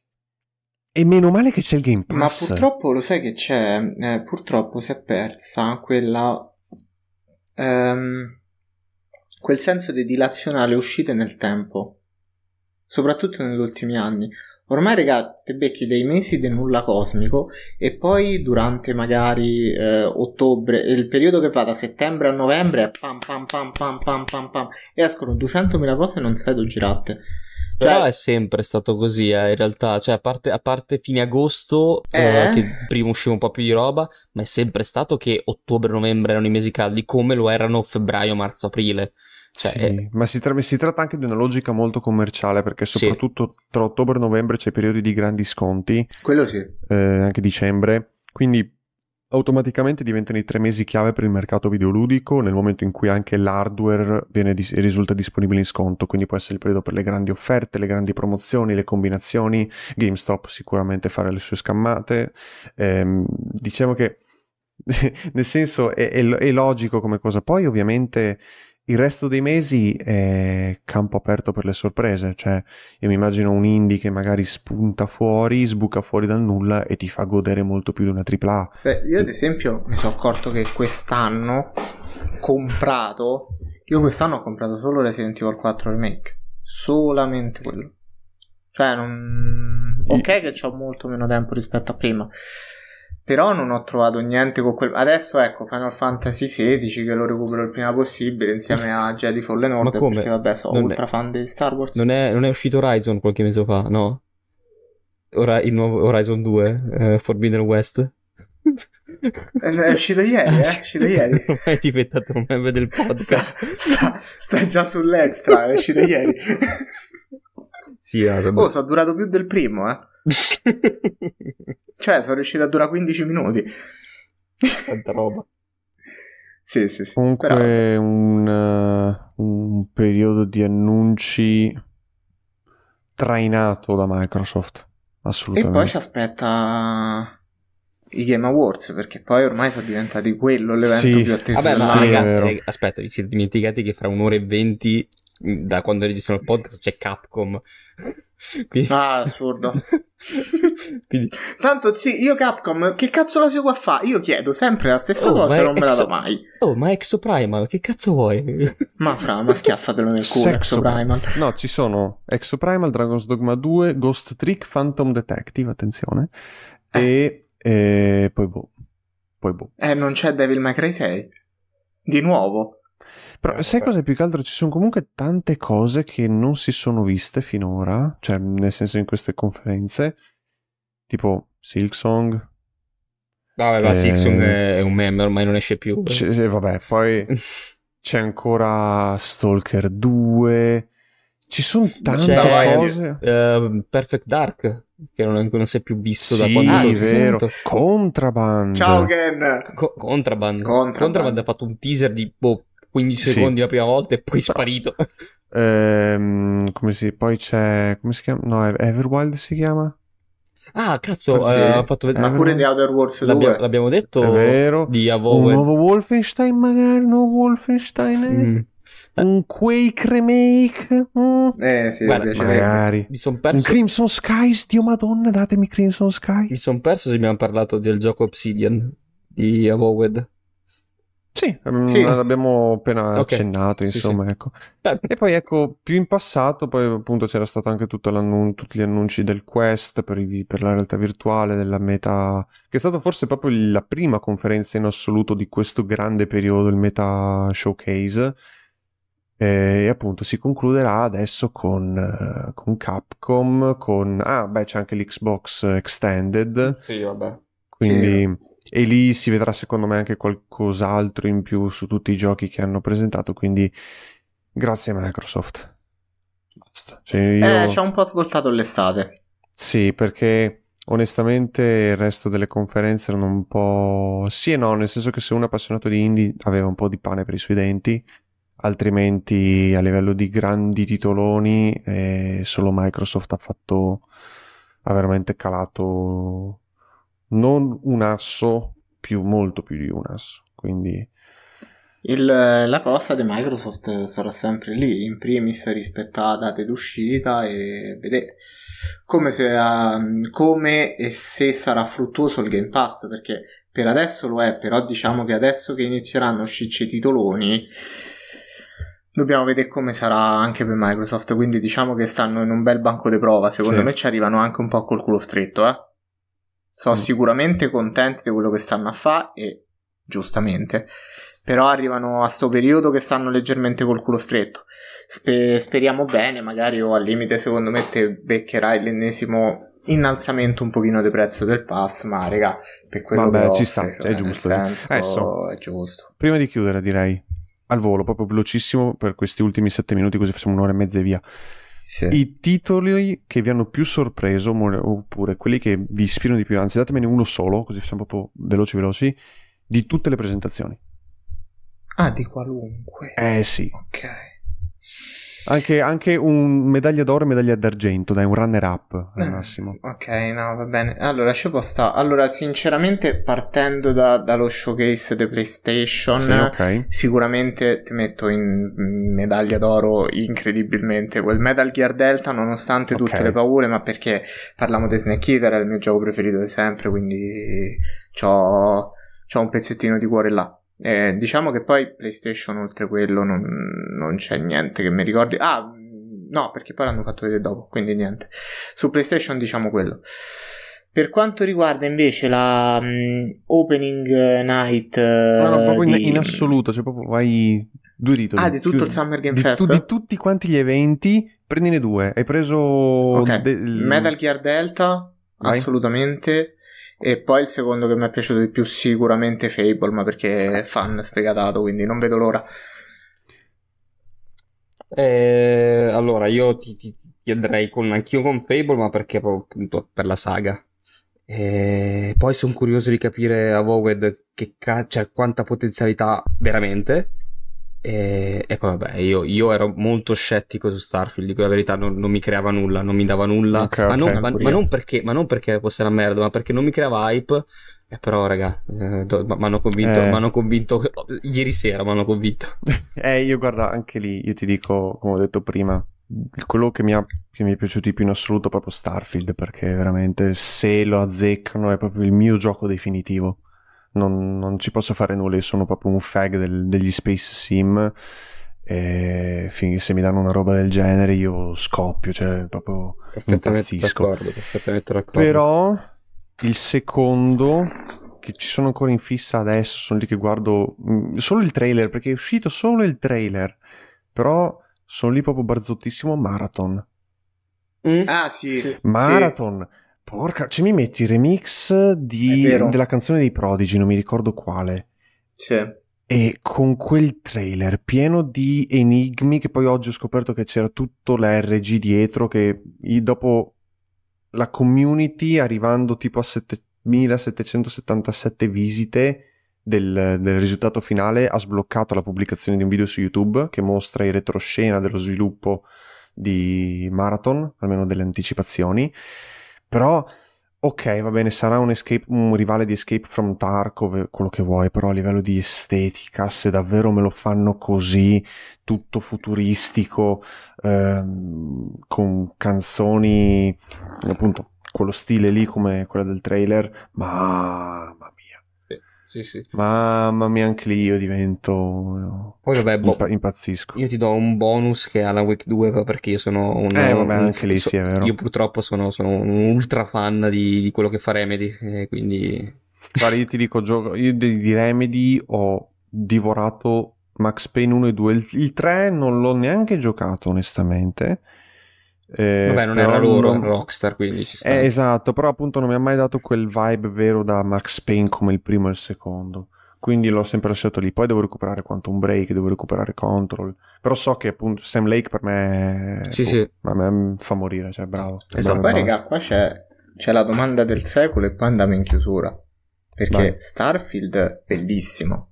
e meno male che c'è il Game Pass. Ma purtroppo lo sai che c'è, eh, purtroppo si è persa quella ehm, quel senso di dilazionare uscite nel tempo, soprattutto negli ultimi anni. Ormai, raga, te becchi dei mesi di nulla cosmico e poi durante magari eh, ottobre, il periodo che va da settembre a novembre, pam pam pam pam pam pam pam, e escono duecentomila cose e non sai dove girate. Cioè, però è sempre stato così, eh, in realtà, cioè a parte, a parte fine agosto, eh? eh, che prima usciva un po' più di roba, ma è sempre stato che ottobre-novembre erano i mesi caldi, come lo erano febbraio, marzo, aprile. Cioè, sì, è... ma si, tra- si tratta anche di una logica molto commerciale, perché soprattutto sì. Tra ottobre e novembre c'è periodi di grandi sconti, quello sì, eh, anche dicembre, quindi automaticamente diventano i tre mesi chiave per il mercato videoludico, nel momento in cui anche l'hardware viene dis- risulta disponibile in sconto, quindi può essere il periodo per le grandi offerte, le grandi promozioni, le combinazioni. GameStop sicuramente farà le sue scammate. Ehm, diciamo che nel senso è, è, è logico come cosa. Poi ovviamente il resto dei mesi è campo aperto per le sorprese, cioè io mi immagino un indie che magari spunta fuori, sbuca fuori dal nulla e ti fa godere molto più di una tripla A. Beh, io ad esempio mi sono accorto che quest'anno comprato, io quest'anno ho comprato solo Resident Evil quattro Remake, solamente quello, cioè non... ok che c'ho molto meno tempo rispetto a prima, però non ho trovato niente con quel... Adesso ecco Final Fantasy sedici che lo recupero il prima possibile insieme a Jedi Fallen Order, perché vabbè sono non ultra è... fan di Star Wars. Non è, non è uscito Horizon qualche mese fa, no? Ora il nuovo Horizon due, uh, Forbidden West. È uscito ieri, eh? È uscito ieri. Ormai è diventato un meme del podcast. Sta, sta, sta già sull'extra, è uscito ieri. Sì, ah, oh, sono durato più del primo, eh. Cioè, sono riuscito a durare quindici minuti. Tanta roba. Sì, sì, sì. Comunque Però... un, uh, un periodo di annunci trainato da Microsoft, assolutamente. E poi ci aspetta i Game Awards, perché poi ormai sono diventati quello l'evento sì. più atteso. Vabbè, ma sì, raga, aspetta, vi siete dimenticati che fra un'ora e venti da quando registriamo il podcast c'è Capcom. Quindi... Ah, assurdo. Quindi... Tanto sì, io Capcom che cazzo la seguo a fare? Io chiedo sempre la stessa oh, cosa e non me la Exo... do mai. Oh, ma Exoprimal, che cazzo vuoi? Ma fra, ma schiaffatelo nel culo Exoprimal. No, ci sono Exoprimal, Dragon's Dogma due, Ghost Trick, Phantom Detective, attenzione. Eh. E, e poi boh. Poi boh. Eh, non c'è Devil May Cry sei? Di nuovo? Però sai cosa più che altro? Ci sono comunque tante cose che non si sono viste finora, cioè nel senso in queste conferenze, tipo Silksong. Vabbè, ma eh... Silksong è un meme, ormai non esce più. C- eh, vabbè, poi c'è ancora Stalker due, ci sono tante c'è, cose. Uh, Perfect Dark, che non, non si è più visto sì, da quando è sono vero. sento. Contraband. Ciao Ken. Co- Contraband. Contraband. Contraband ha fatto un teaser di boh, quindici sì. secondi la prima volta e poi sparito. Ehm, come si poi c'è come si chiama? No, Everwild si chiama? Ah, cazzo, sì. eh, ha fatto vedere. Ma pure The Outer Worlds due. L'abbiamo, l'abbiamo detto è vero. Di Avowed. Un nuovo Wolfenstein magari, un nuovo Wolfenstein. Eh? Mm. Un Quake remake. Mm. Eh sì, guarda, magari. Mi son perso... Un Crimson Skies, Dio madonna, datemi Crimson Skies. Mi sono perso se abbiamo parlato del gioco Obsidian di Avowed. Sì, sì, l'abbiamo appena okay. accennato, insomma, sì, sì. Ecco. Beh. E poi ecco, più in passato, poi appunto c'era stato anche tutto tutti gli annunci del Quest per, i, per la realtà virtuale, della Meta, che è stata forse proprio la prima conferenza in assoluto di questo grande periodo, il Meta Showcase, e appunto si concluderà adesso con, con Capcom, con... Ah, beh, c'è anche l'Xbox Extended. Sì, vabbè. Quindi... Sì. E lì si vedrà secondo me anche qualcos'altro in più su tutti i giochi che hanno presentato, quindi grazie a Microsoft. Basta. Cioè io... Eh, ci ha un po' svoltato l'estate. Sì, perché onestamente il resto delle conferenze erano un po' sì e no, nel senso che se uno è appassionato di indie aveva un po' di pane per i suoi denti, altrimenti a livello di grandi titoloni eh, solo Microsoft ha fatto, ha veramente calato non un asso, più molto più di un asso, quindi Il, la cosa di Microsoft sarà sempre lì, in primis rispettare date d'uscita e vedere come, se, uh, come e se sarà fruttuoso il Game Pass, perché per adesso lo è, però diciamo che adesso che inizieranno a uscirci i titoloni dobbiamo vedere come sarà anche per Microsoft, quindi diciamo che stanno in un bel banco di prova, secondo sì. me ci arrivano anche un po' col culo stretto, eh. Sono mm. sicuramente contenti di quello che stanno a fare e giustamente, però arrivano a sto periodo che stanno leggermente col culo stretto. Spe- speriamo bene, magari o al limite secondo me te beccherai l'ennesimo innalzamento un pochino di prezzo del pass, ma raga, per quello Vabbè, che offre, ci sta, cioè, è giusto. nel senso, eh, so. è giusto. Prima di chiudere direi al volo, proprio velocissimo per questi ultimi sette minuti, così facciamo un'ora e mezza e via. Sì. I titoli che vi hanno più sorpreso, oppure quelli che vi ispirano di più, anzi datemene uno solo, così facciamo proprio veloci veloci, di tutte le presentazioni. Ah, di qualunque. Eh sì. Ok. Anche, anche un medaglia d'oro e medaglia d'argento, dai, un runner up al massimo. Ok, no, va bene. Allora, ci può sta. Allora, sinceramente, partendo da, dallo showcase di PlayStation, Sì, ok. sicuramente ti metto in medaglia d'oro incredibilmente quel Metal Gear Delta, nonostante tutte Ok. le paure, ma perché parliamo di Snake Eater, è il mio gioco preferito di sempre, quindi c'ho, c'ho un pezzettino di cuore là. Eh, diciamo che poi PlayStation oltre quello non, non c'è niente che mi ricordi. Ah, no, perché poi l'hanno fatto vedere dopo, quindi niente. Su PlayStation diciamo quello. Per quanto riguarda invece la um, Opening Night uh, No, no, proprio in, di... in assoluto, cioè proprio vai due titoli. Ah, di tutto Più- il Summer Game di, Fest? tu- di tutti quanti gli eventi, prendine due. Hai preso... Ok, de- Metal Gear Delta, Vai. assolutamente. E poi il secondo che mi è piaciuto di più sicuramente Fable, ma perché è fan sfegatato, quindi non vedo l'ora. Eh, allora, io ti, ti- ti andrei con, anch'io con Fable, ma perché proprio appunto per la saga. E poi sono curioso di capire a Vowed che ca- cioè, quanta potenzialità veramente. E, e poi vabbè, io, io ero molto scettico su Starfield, dico la verità, non, non mi creava nulla, non mi dava nulla. Ok, ma, ok. non, ma, Pure ma io. non perché, ma non perché fosse una merda, ma perché non mi creava hype. E però, raga, eh, do- mi hanno convinto, Eh. m'hanno convinto, ieri sera mi hanno convinto. Eh, io guarda, anche lì, io ti dico, come ho detto prima, quello che mi, ha, che mi è piaciuto di più in assoluto è proprio Starfield, perché veramente se lo azzeccano è proprio il mio gioco definitivo. Non, non ci posso fare nulla, io sono proprio un fag del- degli Space Sim, e finché se mi danno una roba del genere io scoppio, cioè proprio Perfettamente impazzisco. d'accordo, perfettamente d'accordo. Però il secondo, che ci sono ancora in fissa adesso, sono lì che guardo mh, solo il trailer, perché è uscito solo il trailer, però sono lì proprio barzottissimo, Marathon. Mm? Ah, sì. sì. Marathon, porca, cioè mi metti il remix di, È vero. della canzone dei Prodigy, non mi ricordo quale, Sì. e con quel trailer pieno di enigmi, che poi oggi ho scoperto che c'era tutto la R G dietro, che i- dopo la community, arrivando tipo a settemilasettecentosettantasette visite del, del risultato finale, ha sbloccato la pubblicazione di un video su YouTube che mostra in retroscena dello sviluppo di Marathon, almeno delle anticipazioni. Però ok, va bene, sarà un, escape, un rivale di Escape from Tarkov, quello che vuoi, però a livello di estetica, se davvero me lo fanno così, tutto futuristico, ehm, con canzoni, appunto, quello stile lì come quella del trailer, mamma mia. Sì, sì. Mamma mia, anche lì io divento... Poi vabbè, boh, impa- impazzisco. io ti do un bonus che è Alan Wake due, proprio perché io sono un... Eh, vabbè, un- anche lì so- sì, è vero. Io purtroppo sono, sono un ultra fan di, di quello che fa Remedy, e quindi... Guarda, io ti dico, gioco, io di, di Remedy ho divorato Max Payne uno e due, il, il tre non l'ho neanche giocato onestamente. Eh, Vabbè, non però era loro, non- era Rockstar, quindi ci sta. Eh, esatto, però appunto non mi ha mai dato quel vibe vero da Max Payne come il primo e il secondo. Quindi l'ho sempre lasciato lì. Poi devo recuperare Quantum Break, devo recuperare Control. Però so che appunto Sam Lake per me, Sì, boh, sì. a me fa morire, cioè bravo. È Esatto. bravo Poi, e raga, basta. qua c'è, c'è la domanda del secolo e poi andiamo in chiusura. Perché Vai. Starfield, bellissimo.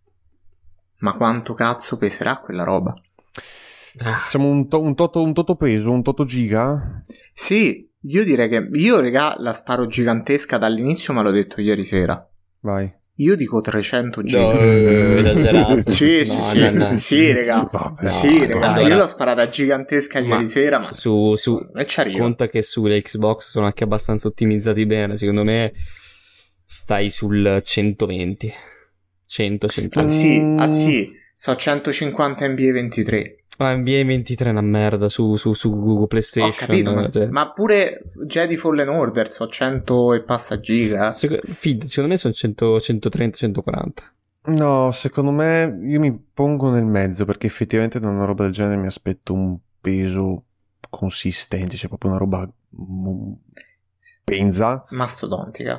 Ma quanto cazzo peserà quella roba? Ah, Facciamo un, to- un, toto, un toto peso, un toto giga? Sì, io direi che io, raga, la sparo gigantesca dall'inizio, ma l'ho detto ieri sera. Vai. Io dico trecento no, giga. eh, esagerato. Sì, sì, No, sì, no, no. sì, raga. Vabbè. sì, no, raga. allora- Io l'ho sparata gigantesca Ma ieri sera, ma Su, su, e ci arrivo. conta che sulle Xbox sono anche abbastanza ottimizzati bene, secondo me stai sul centoventi. cento, cento. Anzi, Mm. anzi, so centocinquanta N B A ventitré. Ah, N B A ventitré è una merda su, su, su Google PlayStation. Ho capito, ma, cioè. ma pure Jedi Fallen Order so cento e passa giga. Secondo, fid, secondo me sono cento, centotrenta, centoquaranta. No, secondo me io mi pongo nel mezzo perché effettivamente da una roba del genere mi aspetto un peso consistente, cioè proprio una roba mm, penza. Mastodontica.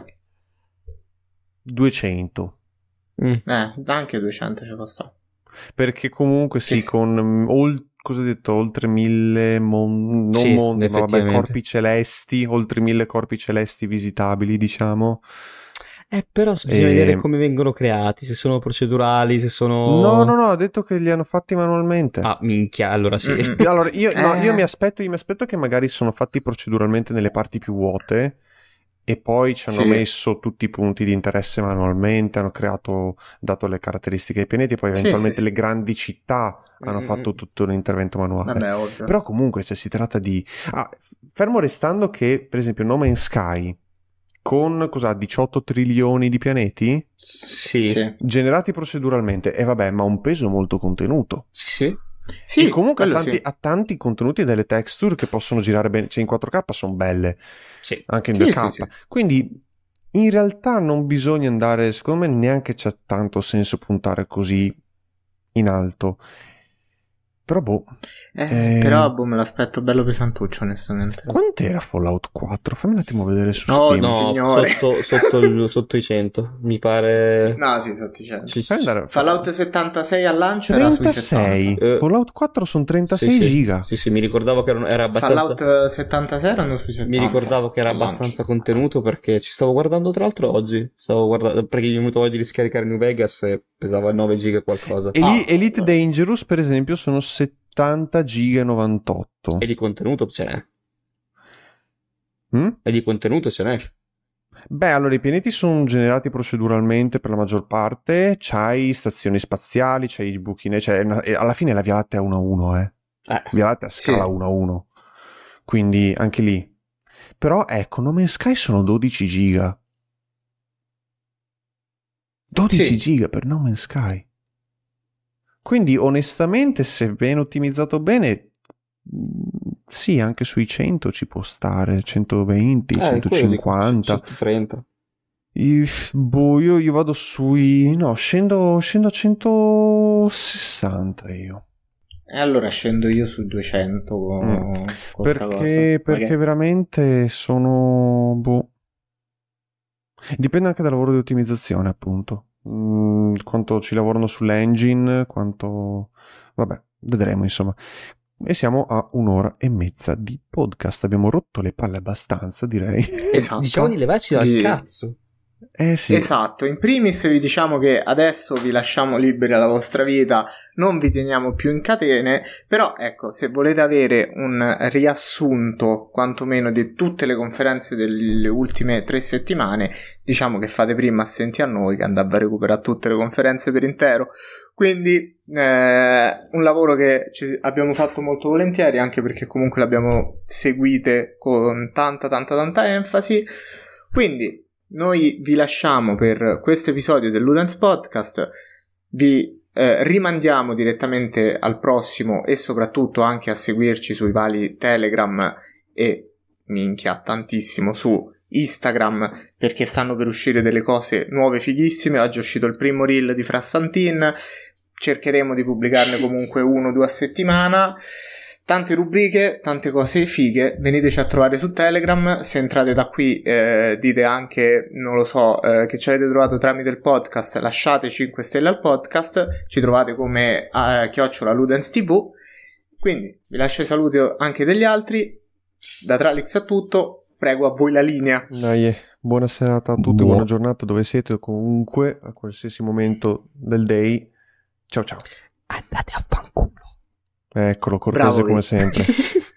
duecento. Mm. Eh, anche duecento ci può stare. Perché comunque sì, Che sì. con mm, ol- cosa hai detto, oltre mille mon- non Sì, mondi, ma vabbè, effettivamente. corpi celesti, oltre mille corpi celesti visitabili, diciamo. Eh, però bisogna E- vedere come vengono creati, se sono procedurali, se sono... No, no, no, ha detto che li hanno fatti manualmente. Ah, minchia, allora sì. Mm-mm. Allora, io, no, Eh. io mi aspetto, io mi aspetto che magari sono fatti proceduralmente nelle parti più vuote e poi ci hanno Sì. messo tutti i punti di interesse manualmente, hanno creato, dato le caratteristiche dei pianeti, e poi Sì, eventualmente sì, sì. le grandi città hanno Mm-mm. fatto tutto un intervento manuale. Vabbè, ovvio. Però comunque, cioè, si tratta di... Ah, fermo restando che, per esempio, No Man's Sky, con, cosa, diciotto trilioni di pianeti Sì. Sì, Sì. generati proceduralmente, e vabbè, ma un peso molto contenuto. sì. Sì, e comunque ha quello tanti, sì. ha tanti contenuti e delle texture che possono girare bene, cioè in quattro K sono belle, Sì. anche in Sì, due K. sì, sì. Quindi in realtà non bisogna andare, secondo me neanche c'ha tanto senso puntare così in alto. Però boh, Eh, Eh. Però boh, me l'aspetto bello pesantuccio, onestamente. quant'era Fallout quattro? Fammi un attimo vedere su Oh, Steam. no. No, Signore. sotto, sotto, il- sotto i cento, mi pare... No, sì, sto dicendo. Sì, sì, Fammi sì. andare- Fallout settantasei al lancio era sui trentasei. settanta. Eh, Fallout quattro sono trentasei Sì, sì. giga. Sì, sì, mi ricordavo che era, era abbastanza... Fallout settantasei erano sui settanta. Mi ricordavo che era al lancio. abbastanza contenuto perché ci stavo guardando tra l'altro oggi. Stavo guardando perché mi è venuto voglia di riscaricare New Vegas e pesava nove giga qualcosa. E lì Ah. Elite Dangerous, per esempio, sono settanta giga e novantotto. E di contenuto ce n'è. Mm? E di contenuto ce n'è. Beh, allora i pianeti sono generati proceduralmente per la maggior parte, c'hai stazioni spaziali, c'hai i buchi, ne- cioè, una- e alla fine la Via Lattea è uno a uno, eh. Eh. Via Lattea a Sì. scala uno a uno. Quindi anche lì. Però ecco, No Man's Sky sono dodici giga. dodici Sì. giga per No Man's Sky. Quindi onestamente, se ben ottimizzato bene, mh, sì, anche sui cento ci può stare, centoventi, Eh, quello dico, centocinquanta. centotrenta. I- boh, io, io vado sui... no, scendo, scendo a centosessanta io. E allora scendo io su duecento con, Mm. con sta cosa. Perché, perché Magari- veramente sono... boh. Dipende anche dal lavoro di ottimizzazione, appunto. Mm, quanto ci lavorano sull'engine, quanto... vabbè, vedremo, insomma. E siamo a un'ora e mezza di podcast. Abbiamo rotto le palle abbastanza, direi. Esatto. Diciamo di levarci dal Di- cazzo. Eh sì. Esatto, in primis vi diciamo che adesso vi lasciamo liberi alla vostra vita, non vi teniamo più in catene, però ecco, se volete avere un riassunto quantomeno di tutte le conferenze delle ultime tre settimane, diciamo che fate prima a senti a noi che andava a recuperare tutte le conferenze per intero, quindi eh, un lavoro che ci abbiamo fatto molto volentieri, anche perché comunque l'abbiamo seguite con tanta tanta tanta enfasi, quindi noi vi lasciamo per questo episodio del Ludens Podcast, vi eh, rimandiamo direttamente al prossimo e soprattutto anche a seguirci sui vari Telegram e, minchia, tantissimo su Instagram, perché stanno per uscire delle cose nuove fighissime. Oggi è uscito il primo reel di Fra Santin, cercheremo di pubblicarne comunque uno o due a settimana. Tante rubriche, tante cose fighe, veniteci a trovare su Telegram, se entrate da qui eh, dite anche, non lo so, eh, che ci avete trovato tramite il podcast, lasciate cinque stelle al podcast, ci trovate come eh, chiocciola Ludens T V, quindi vi lascio i saluti anche degli altri, da Tralix è tutto, prego a voi la linea. Dai, eh, buona serata a tutti, Buo- buona giornata dove siete, comunque, a qualsiasi momento del day. Ciao ciao. Andate a fanculo. Eccolo, Bravo, cortese come Vic. sempre.